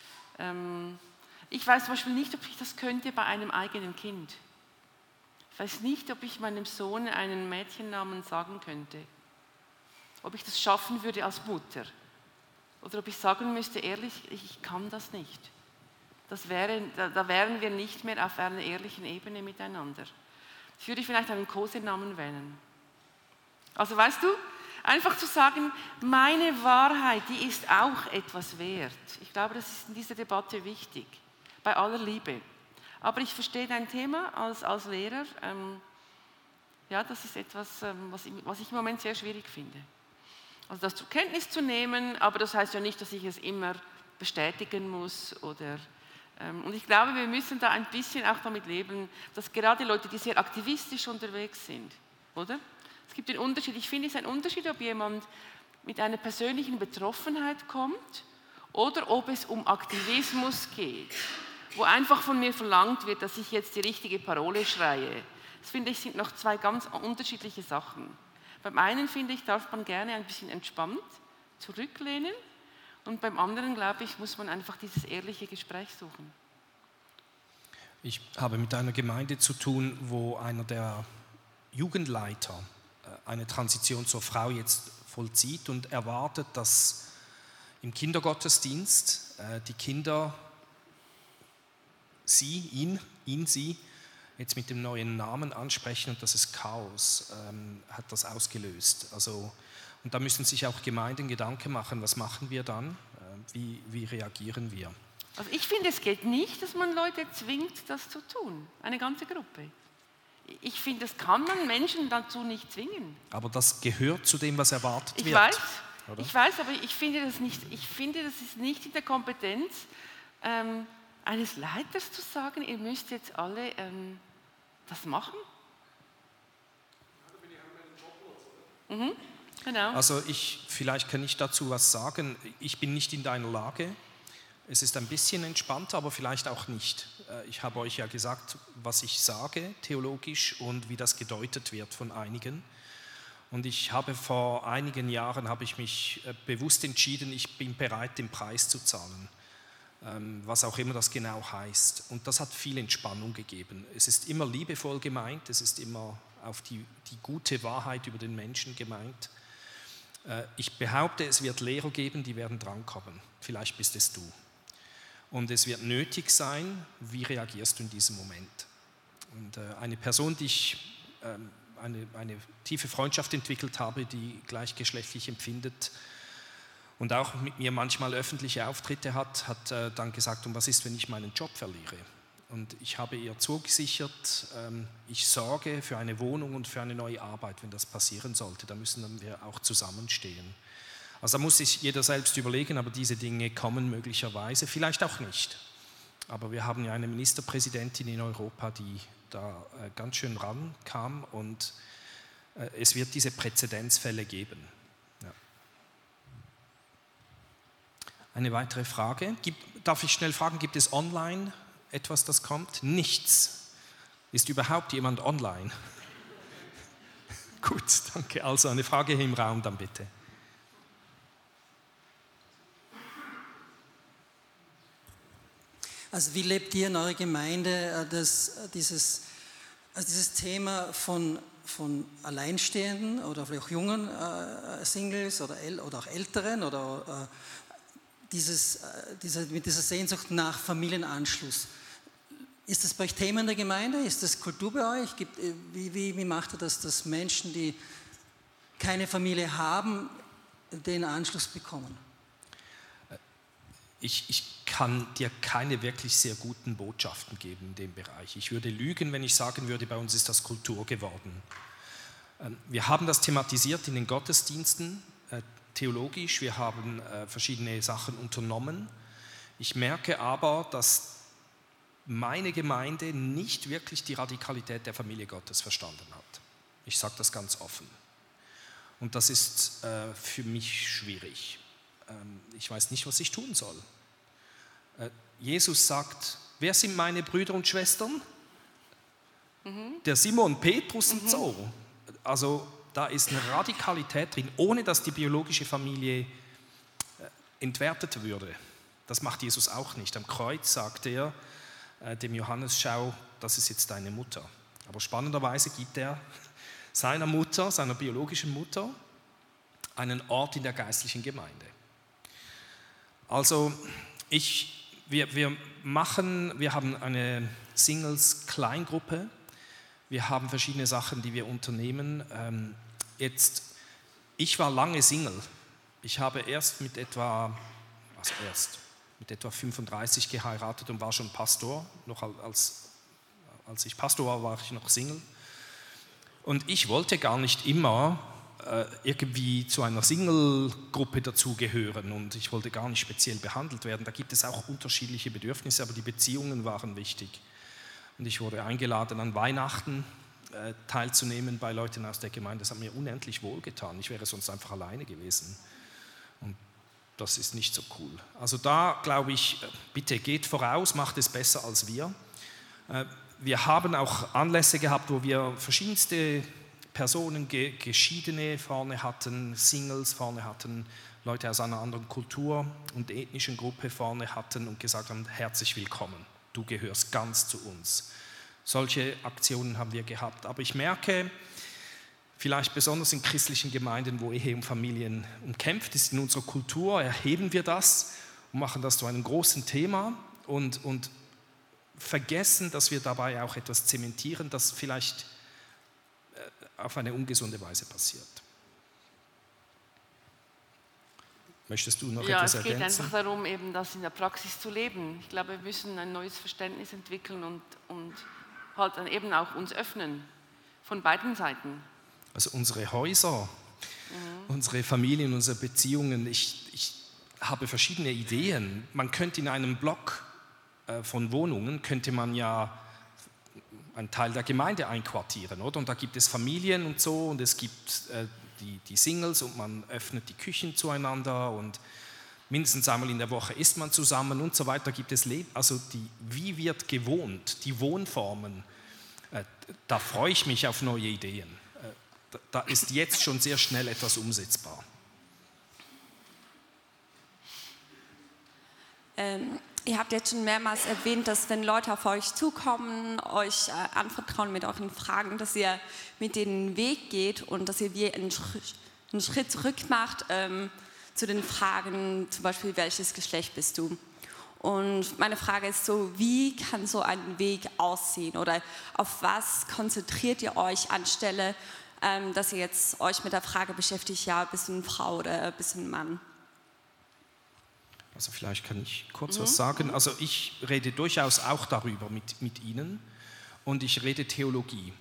Ich weiß zum Beispiel nicht, ob ich das könnte bei einem eigenen Kind. Ich weiß nicht, ob ich meinem Sohn einen Mädchennamen sagen könnte. Ob ich das schaffen würde als Mutter. Oder ob ich sagen müsste, ehrlich, ich kann das nicht. Da wären wir nicht mehr auf einer ehrlichen Ebene miteinander. Ich würde vielleicht einen Kosenamen wählen. Also weißt du, Einfach zu sagen, meine Wahrheit, die ist auch etwas wert. Ich glaube, das ist in dieser Debatte wichtig, bei aller Liebe. Aber ich verstehe dein Thema als Lehrer. Ja, das ist etwas, was ich im Moment sehr schwierig finde. Also das zur Kenntnis zu nehmen, aber das heißt ja nicht, dass ich es immer bestätigen muss. Und ich glaube, wir müssen da ein bisschen auch damit leben, dass gerade Leute, die sehr aktivistisch unterwegs sind, oder? Es gibt den Unterschied, ich finde es ein Unterschied, ob jemand mit einer persönlichen Betroffenheit kommt oder ob es um Aktivismus geht, wo einfach von mir verlangt wird, dass ich jetzt die richtige Parole schreie. Das finde ich sind noch zwei ganz unterschiedliche Sachen. Beim einen finde ich, darf man gerne ein bisschen entspannt zurücklehnen und beim anderen, glaube ich, muss man einfach dieses ehrliche Gespräch suchen. Ich habe mit einer Gemeinde zu tun, wo einer der Jugendleiter eine Transition zur Frau jetzt vollzieht und erwartet, dass im Kindergottesdienst die Kinder sie jetzt mit dem neuen Namen ansprechen und das ist Chaos, hat das ausgelöst. Also, und da müssen sich auch Gemeinden Gedanken machen, was machen wir dann, wie reagieren wir. Also ich finde, es geht nicht, dass man Leute zwingt, das zu tun, eine ganze Gruppe. Ich finde, das kann man Menschen dazu nicht zwingen. Aber das gehört zu dem, was erwartet wird. Ich weiß, aber ich finde, das ist nicht in der Kompetenz eines Leiters zu sagen, ihr müsst jetzt alle das machen. Mhm, genau. Also vielleicht kann ich dazu was sagen. Ich bin nicht in deiner Lage. Es ist ein bisschen entspannter, aber vielleicht auch nicht. Ich habe euch ja gesagt, was ich sage, theologisch, und wie das gedeutet wird von einigen. Und vor einigen Jahren habe ich mich bewusst entschieden, ich bin bereit, den Preis zu zahlen. Was auch immer das genau heißt. Und das hat viel Entspannung gegeben. Es ist immer liebevoll gemeint, es ist immer auf die gute Wahrheit über den Menschen gemeint. Ich behaupte, es wird Lehrer geben, die werden drankommen. Vielleicht bist es du. Und es wird nötig sein, wie reagierst du in diesem Moment? Und eine Person, die ich eine tiefe Freundschaft entwickelt habe, die gleichgeschlechtlich empfindet und auch mit mir manchmal öffentliche Auftritte hat dann gesagt, und was ist, wenn ich meinen Job verliere? Und ich habe ihr zugesichert, ich sorge für eine Wohnung und für eine neue Arbeit, wenn das passieren sollte. Da müssen wir auch zusammenstehen. Also da muss sich jeder selbst überlegen, aber diese Dinge kommen möglicherweise, vielleicht auch nicht. Aber wir haben ja eine Ministerpräsidentin in Europa, die da ganz schön rankam und es wird diese Präzedenzfälle geben. Ja. Eine weitere Frage. Darf ich schnell fragen, gibt es online etwas, das kommt? Nichts. Ist überhaupt jemand online? Gut, danke. Also eine Frage hier im Raum dann bitte. Also wie lebt ihr in eurer Gemeinde dieses Thema von Alleinstehenden oder vielleicht auch jungen Singles oder auch Älteren oder mit dieser Sehnsucht nach Familienanschluss? Ist das bei euch Thema in der Gemeinde? Ist das Kultur bei euch? Wie macht ihr das, dass Menschen, die keine Familie haben, den Anschluss bekommen? Ich kann dir keine wirklich sehr guten Botschaften geben in dem Bereich. Ich würde lügen, wenn ich sagen würde, bei uns ist das Kultur geworden. Wir haben das thematisiert in den Gottesdiensten, theologisch. Wir haben verschiedene Sachen unternommen. Ich merke aber, dass meine Gemeinde nicht wirklich die Radikalität der Familie Gottes verstanden hat. Ich sage das ganz offen. Und das ist für mich schwierig. Ich weiß nicht, was ich tun soll. Jesus sagt, wer sind meine Brüder und Schwestern? Der Simon, Petrus und so. Also da ist eine Radikalität drin, ohne dass die biologische Familie entwertet würde. Das macht Jesus auch nicht. Am Kreuz sagt er dem Johannes, schau, das ist jetzt deine Mutter. Aber spannenderweise gibt er seiner Mutter, seiner biologischen Mutter, einen Ort in der geistlichen Gemeinde. Also wir haben eine Singles-Kleingruppe, wir haben verschiedene Sachen, die wir unternehmen. Jetzt Ich war lange Single. Ich habe erst mit etwa 35 geheiratet und war schon Pastor. Noch als ich Pastor war ich noch Single. Und ich wollte gar nicht immer irgendwie zu einer Single-Gruppe dazugehören und ich wollte gar nicht speziell behandelt werden. Da gibt es auch unterschiedliche Bedürfnisse, aber die Beziehungen waren wichtig. Und ich wurde eingeladen, an Weihnachten teilzunehmen bei Leuten aus der Gemeinde. Das hat mir unendlich wohlgetan. Ich wäre sonst einfach alleine gewesen. Und das ist nicht so cool. Also da glaube ich, bitte geht voraus, macht es besser als wir. Wir haben auch Anlässe gehabt, wo wir verschiedenste Personen, Geschiedene vorne hatten, Singles vorne hatten, Leute aus einer anderen Kultur und ethnischen Gruppe vorne hatten und gesagt haben, herzlich willkommen, du gehörst ganz zu uns. Solche Aktionen haben wir gehabt. Aber ich merke, vielleicht besonders in christlichen Gemeinden, wo Ehe und Familien umkämpft ist, in unserer Kultur erheben wir das und machen das zu einem großen Thema und vergessen, dass wir dabei auch etwas zementieren, das vielleicht auf eine ungesunde Weise passiert. Möchtest du noch etwas ergänzen? Ja, es geht einfach darum, eben das in der Praxis zu leben. Ich glaube, wir müssen ein neues Verständnis entwickeln und halt dann eben auch uns öffnen, von beiden Seiten. Also unsere Häuser, unsere Familien, unsere Beziehungen, ich habe verschiedene Ideen. Man könnte in einem Block von Wohnungen, könnte man ja einen Teil der Gemeinde einquartieren, oder? Und da gibt es Familien und so und es gibt die Singles und man öffnet die Küchen zueinander und mindestens einmal in der Woche isst man zusammen und so weiter. Gibt es also wie wird gewohnt, die Wohnformen, da freue ich mich auf neue Ideen. Da ist jetzt schon sehr schnell etwas umsetzbar. Ihr habt jetzt schon mehrmals erwähnt, dass wenn Leute auf euch zukommen, euch anvertrauen mit euren Fragen, dass ihr mit denen den Weg geht und dass ihr wie einen Schritt zurück macht zu den Fragen, zum Beispiel, welches Geschlecht bist du? Und meine Frage ist so, wie kann so ein Weg aussehen oder auf was konzentriert ihr euch anstelle, dass ihr jetzt euch mit der Frage beschäftigt, ja, bist du eine Frau oder bist du ein Mann? Also vielleicht kann ich kurz was sagen. Also ich rede durchaus auch darüber mit Ihnen und ich rede Theologie.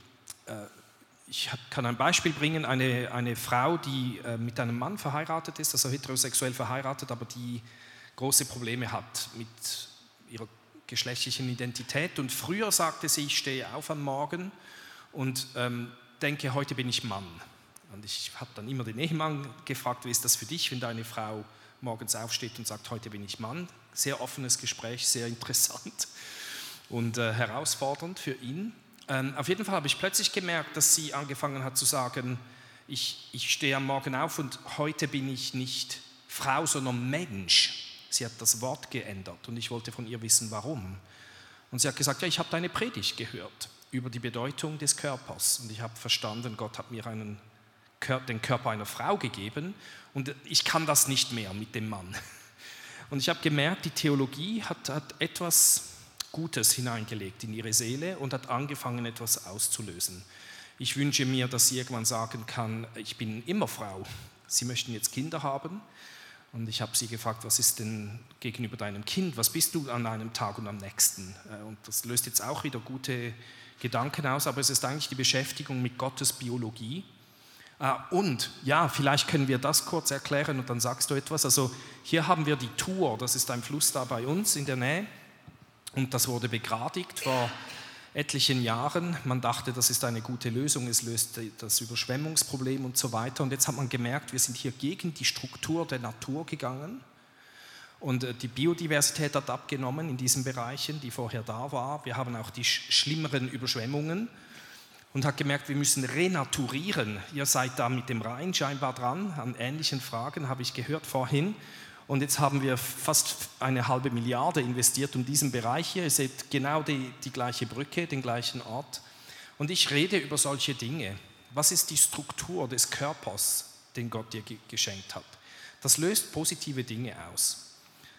Ich kann ein Beispiel bringen, eine Frau, die mit einem Mann verheiratet ist, also heterosexuell verheiratet, aber die große Probleme hat mit ihrer geschlechtlichen Identität. Und früher sagte sie, ich stehe auf am Morgen und denke, heute bin ich Mann. Und ich habe dann immer den Ehemann gefragt, wie ist das für dich, wenn deine Frau morgens aufsteht und sagt, heute bin ich Mann. Sehr offenes Gespräch, sehr interessant und herausfordernd für ihn. Auf jeden Fall habe ich plötzlich gemerkt, dass sie angefangen hat zu sagen, ich stehe am Morgen auf und heute bin ich nicht Frau, sondern Mensch. Sie hat das Wort geändert und ich wollte von ihr wissen, warum. Und sie hat gesagt, ja, ich habe deine Predigt gehört über die Bedeutung des Körpers und ich habe verstanden, Gott hat mir den Körper einer Frau gegeben und ich kann das nicht mehr mit dem Mann. Und ich habe gemerkt, die Theologie hat etwas Gutes hineingelegt in ihre Seele und hat angefangen, etwas auszulösen. Ich wünsche mir, dass sie irgendwann sagen kann, ich bin immer Frau. Sie möchten jetzt Kinder haben. Und ich habe sie gefragt, was ist denn gegenüber deinem Kind? Was bist du an einem Tag und am nächsten? Und das löst jetzt auch wieder gute Gedanken aus, aber es ist eigentlich die Beschäftigung mit Gottes Biologie. Und ja, vielleicht können wir das kurz erklären und dann sagst du etwas. Also hier haben wir die Thur, das ist ein Fluss da bei uns in der Nähe und das wurde begradigt vor etlichen Jahren. Man dachte, das ist eine gute Lösung, es löst das Überschwemmungsproblem und so weiter. Und jetzt hat man gemerkt, wir sind hier gegen die Struktur der Natur gegangen und die Biodiversität hat abgenommen in diesen Bereichen, die vorher da war. Wir haben auch die schlimmeren Überschwemmungen. Und hat gemerkt, wir müssen renaturieren. Ihr seid da mit dem Rhein scheinbar dran, an ähnlichen Fragen, habe ich gehört vorhin. Und jetzt haben wir fast 1,5 Milliarde investiert in diesen Bereich hier. Ihr seht genau die gleiche Brücke, den gleichen Ort. Und ich rede über solche Dinge. Was ist die Struktur des Körpers, den Gott dir geschenkt hat? Das löst positive Dinge aus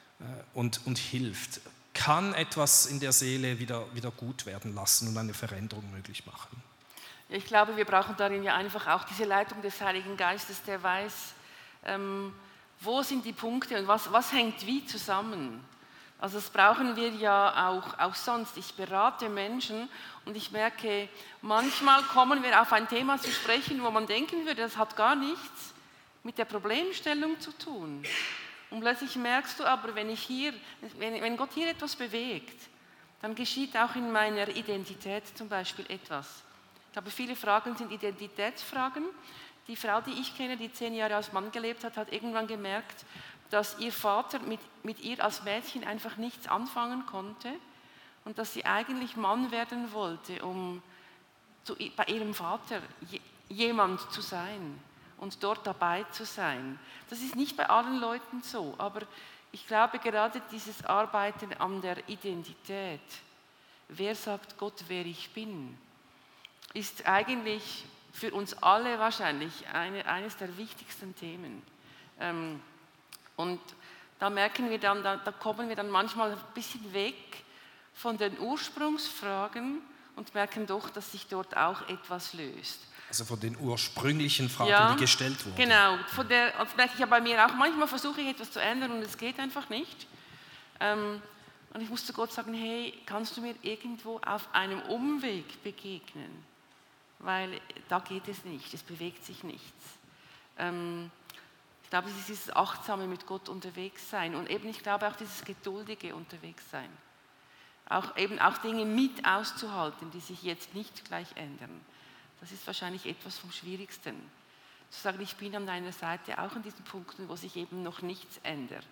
und hilft. Kann etwas in der Seele wieder gut werden lassen und eine Veränderung möglich machen. Ich glaube, wir brauchen darin ja einfach auch diese Leitung des Heiligen Geistes, der weiß, wo sind die Punkte und was hängt wie zusammen. Also das brauchen wir ja auch sonst. Ich berate Menschen und ich merke, manchmal kommen wir auf ein Thema zu sprechen, wo man denken würde, das hat gar nichts mit der Problemstellung zu tun. Und plötzlich merkst du aber, wenn Gott hier etwas bewegt, dann geschieht auch in meiner Identität zum Beispiel etwas. Ich glaube, viele Fragen sind Identitätsfragen. Die Frau, die ich kenne, die 10 Jahre als Mann gelebt hat, hat irgendwann gemerkt, dass ihr Vater mit ihr als Mädchen einfach nichts anfangen konnte und dass sie eigentlich Mann werden wollte, um bei ihrem Vater jemand zu sein und dort dabei zu sein. Das ist nicht bei allen Leuten so, aber ich glaube gerade dieses Arbeiten an der Identität, wer sagt Gott, wer ich bin, ist eigentlich für uns alle wahrscheinlich eines der wichtigsten Themen. Und da merken wir dann, da kommen wir dann manchmal ein bisschen weg von den Ursprungsfragen und merken doch, dass sich dort auch etwas löst. Also von den ursprünglichen Fragen, die gestellt wurden. Genau, das merke ich ja bei mir auch. Manchmal versuche ich etwas zu ändern und es geht einfach nicht. Und ich muss zu Gott sagen, hey, kannst du mir irgendwo auf einem Umweg begegnen? Weil da geht es nicht, es bewegt sich nichts. Ich glaube, es ist dieses achtsame mit Gott unterwegs sein und eben, ich glaube auch dieses geduldige unterwegs sein. Auch Dinge mit auszuhalten, die sich jetzt nicht gleich ändern. Das ist wahrscheinlich etwas vom Schwierigsten. Zu sagen, ich bin an deiner Seite auch an diesen Punkten, wo sich eben noch nichts ändert.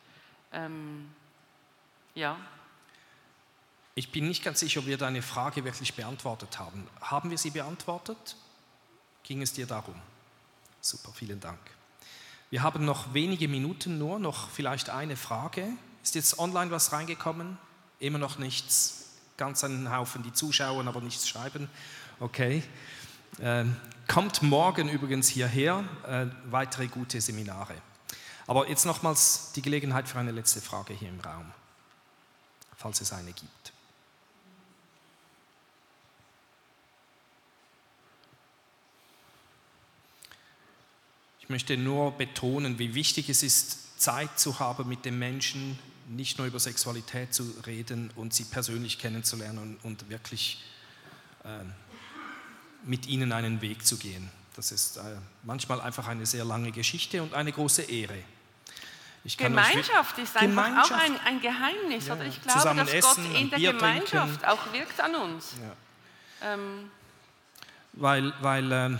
Ja. Ich bin nicht ganz sicher, ob wir deine Frage wirklich beantwortet haben. Haben wir sie beantwortet? Ging es dir darum? Super, vielen Dank. Wir haben noch wenige Minuten nur, noch vielleicht eine Frage. Ist jetzt online was reingekommen? Immer noch nichts? Ganz einen Haufen, die zuschauen, aber nichts schreiben? Okay. Kommt morgen übrigens hierher, weitere gute Seminare. Aber jetzt nochmals die Gelegenheit für eine letzte Frage hier im Raum, falls es eine gibt. Ich möchte nur betonen, wie wichtig es ist, Zeit zu haben mit den Menschen, nicht nur über Sexualität zu reden und sie persönlich kennenzulernen und wirklich mit ihnen einen Weg zu gehen. Das ist manchmal einfach eine sehr lange Geschichte und eine große Ehre. Gemeinschaft ist einfach auch ein Geheimnis. Ja, oder? Ich glaube, dass essen, Gott in der Gemeinschaft auch wirkt an uns. Ja. Weil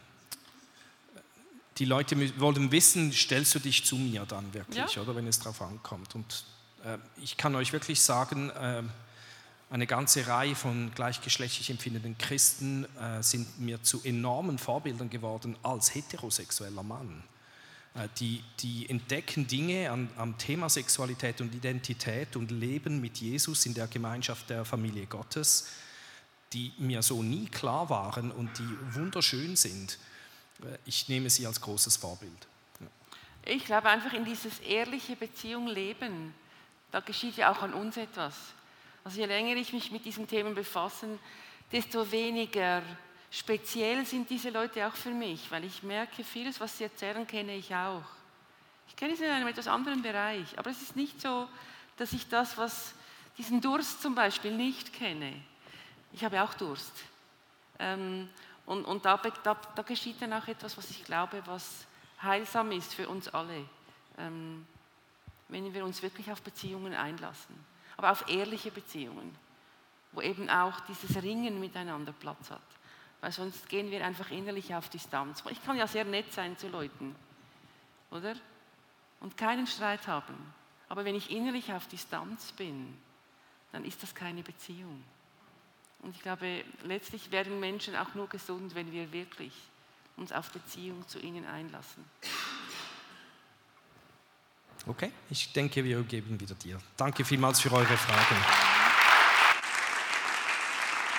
die Leute wollen wissen, stellst du dich zu mir dann wirklich, oder wenn es darauf ankommt. Und ich kann euch wirklich sagen, eine ganze Reihe von gleichgeschlechtlich empfindenden Christen sind mir zu enormen Vorbildern geworden als heterosexueller Mann. Die entdecken Dinge am Thema Sexualität und Identität und Leben mit Jesus in der Gemeinschaft der Familie Gottes, die mir so nie klar waren und die wunderschön sind. Ich nehme sie als großes Vorbild. Ja. Ich glaube einfach in dieses ehrliche Beziehung leben, da geschieht ja auch an uns etwas. Also je länger ich mich mit diesen Themen befasse, desto weniger speziell sind diese Leute auch für mich, weil ich merke, vieles, was sie erzählen, kenne ich auch. Ich kenne es in einem etwas anderen Bereich, aber es ist nicht so, dass ich diesen Durst zum Beispiel nicht kenne. Ich habe auch Durst. Und da geschieht dann auch etwas, was ich glaube, was heilsam ist für uns alle, wenn wir uns wirklich auf Beziehungen einlassen, aber auf ehrliche Beziehungen, wo eben auch dieses Ringen miteinander Platz hat. Weil sonst gehen wir einfach innerlich auf Distanz. Ich kann ja sehr nett sein zu Leuten, oder? Und keinen Streit haben. Aber wenn ich innerlich auf Distanz bin, dann ist das keine Beziehung. Und ich glaube, letztlich werden Menschen auch nur gesund, wenn wir wirklich uns auf Beziehung zu ihnen einlassen. Okay, ich denke, wir geben wieder dir. Danke vielmals für eure Fragen.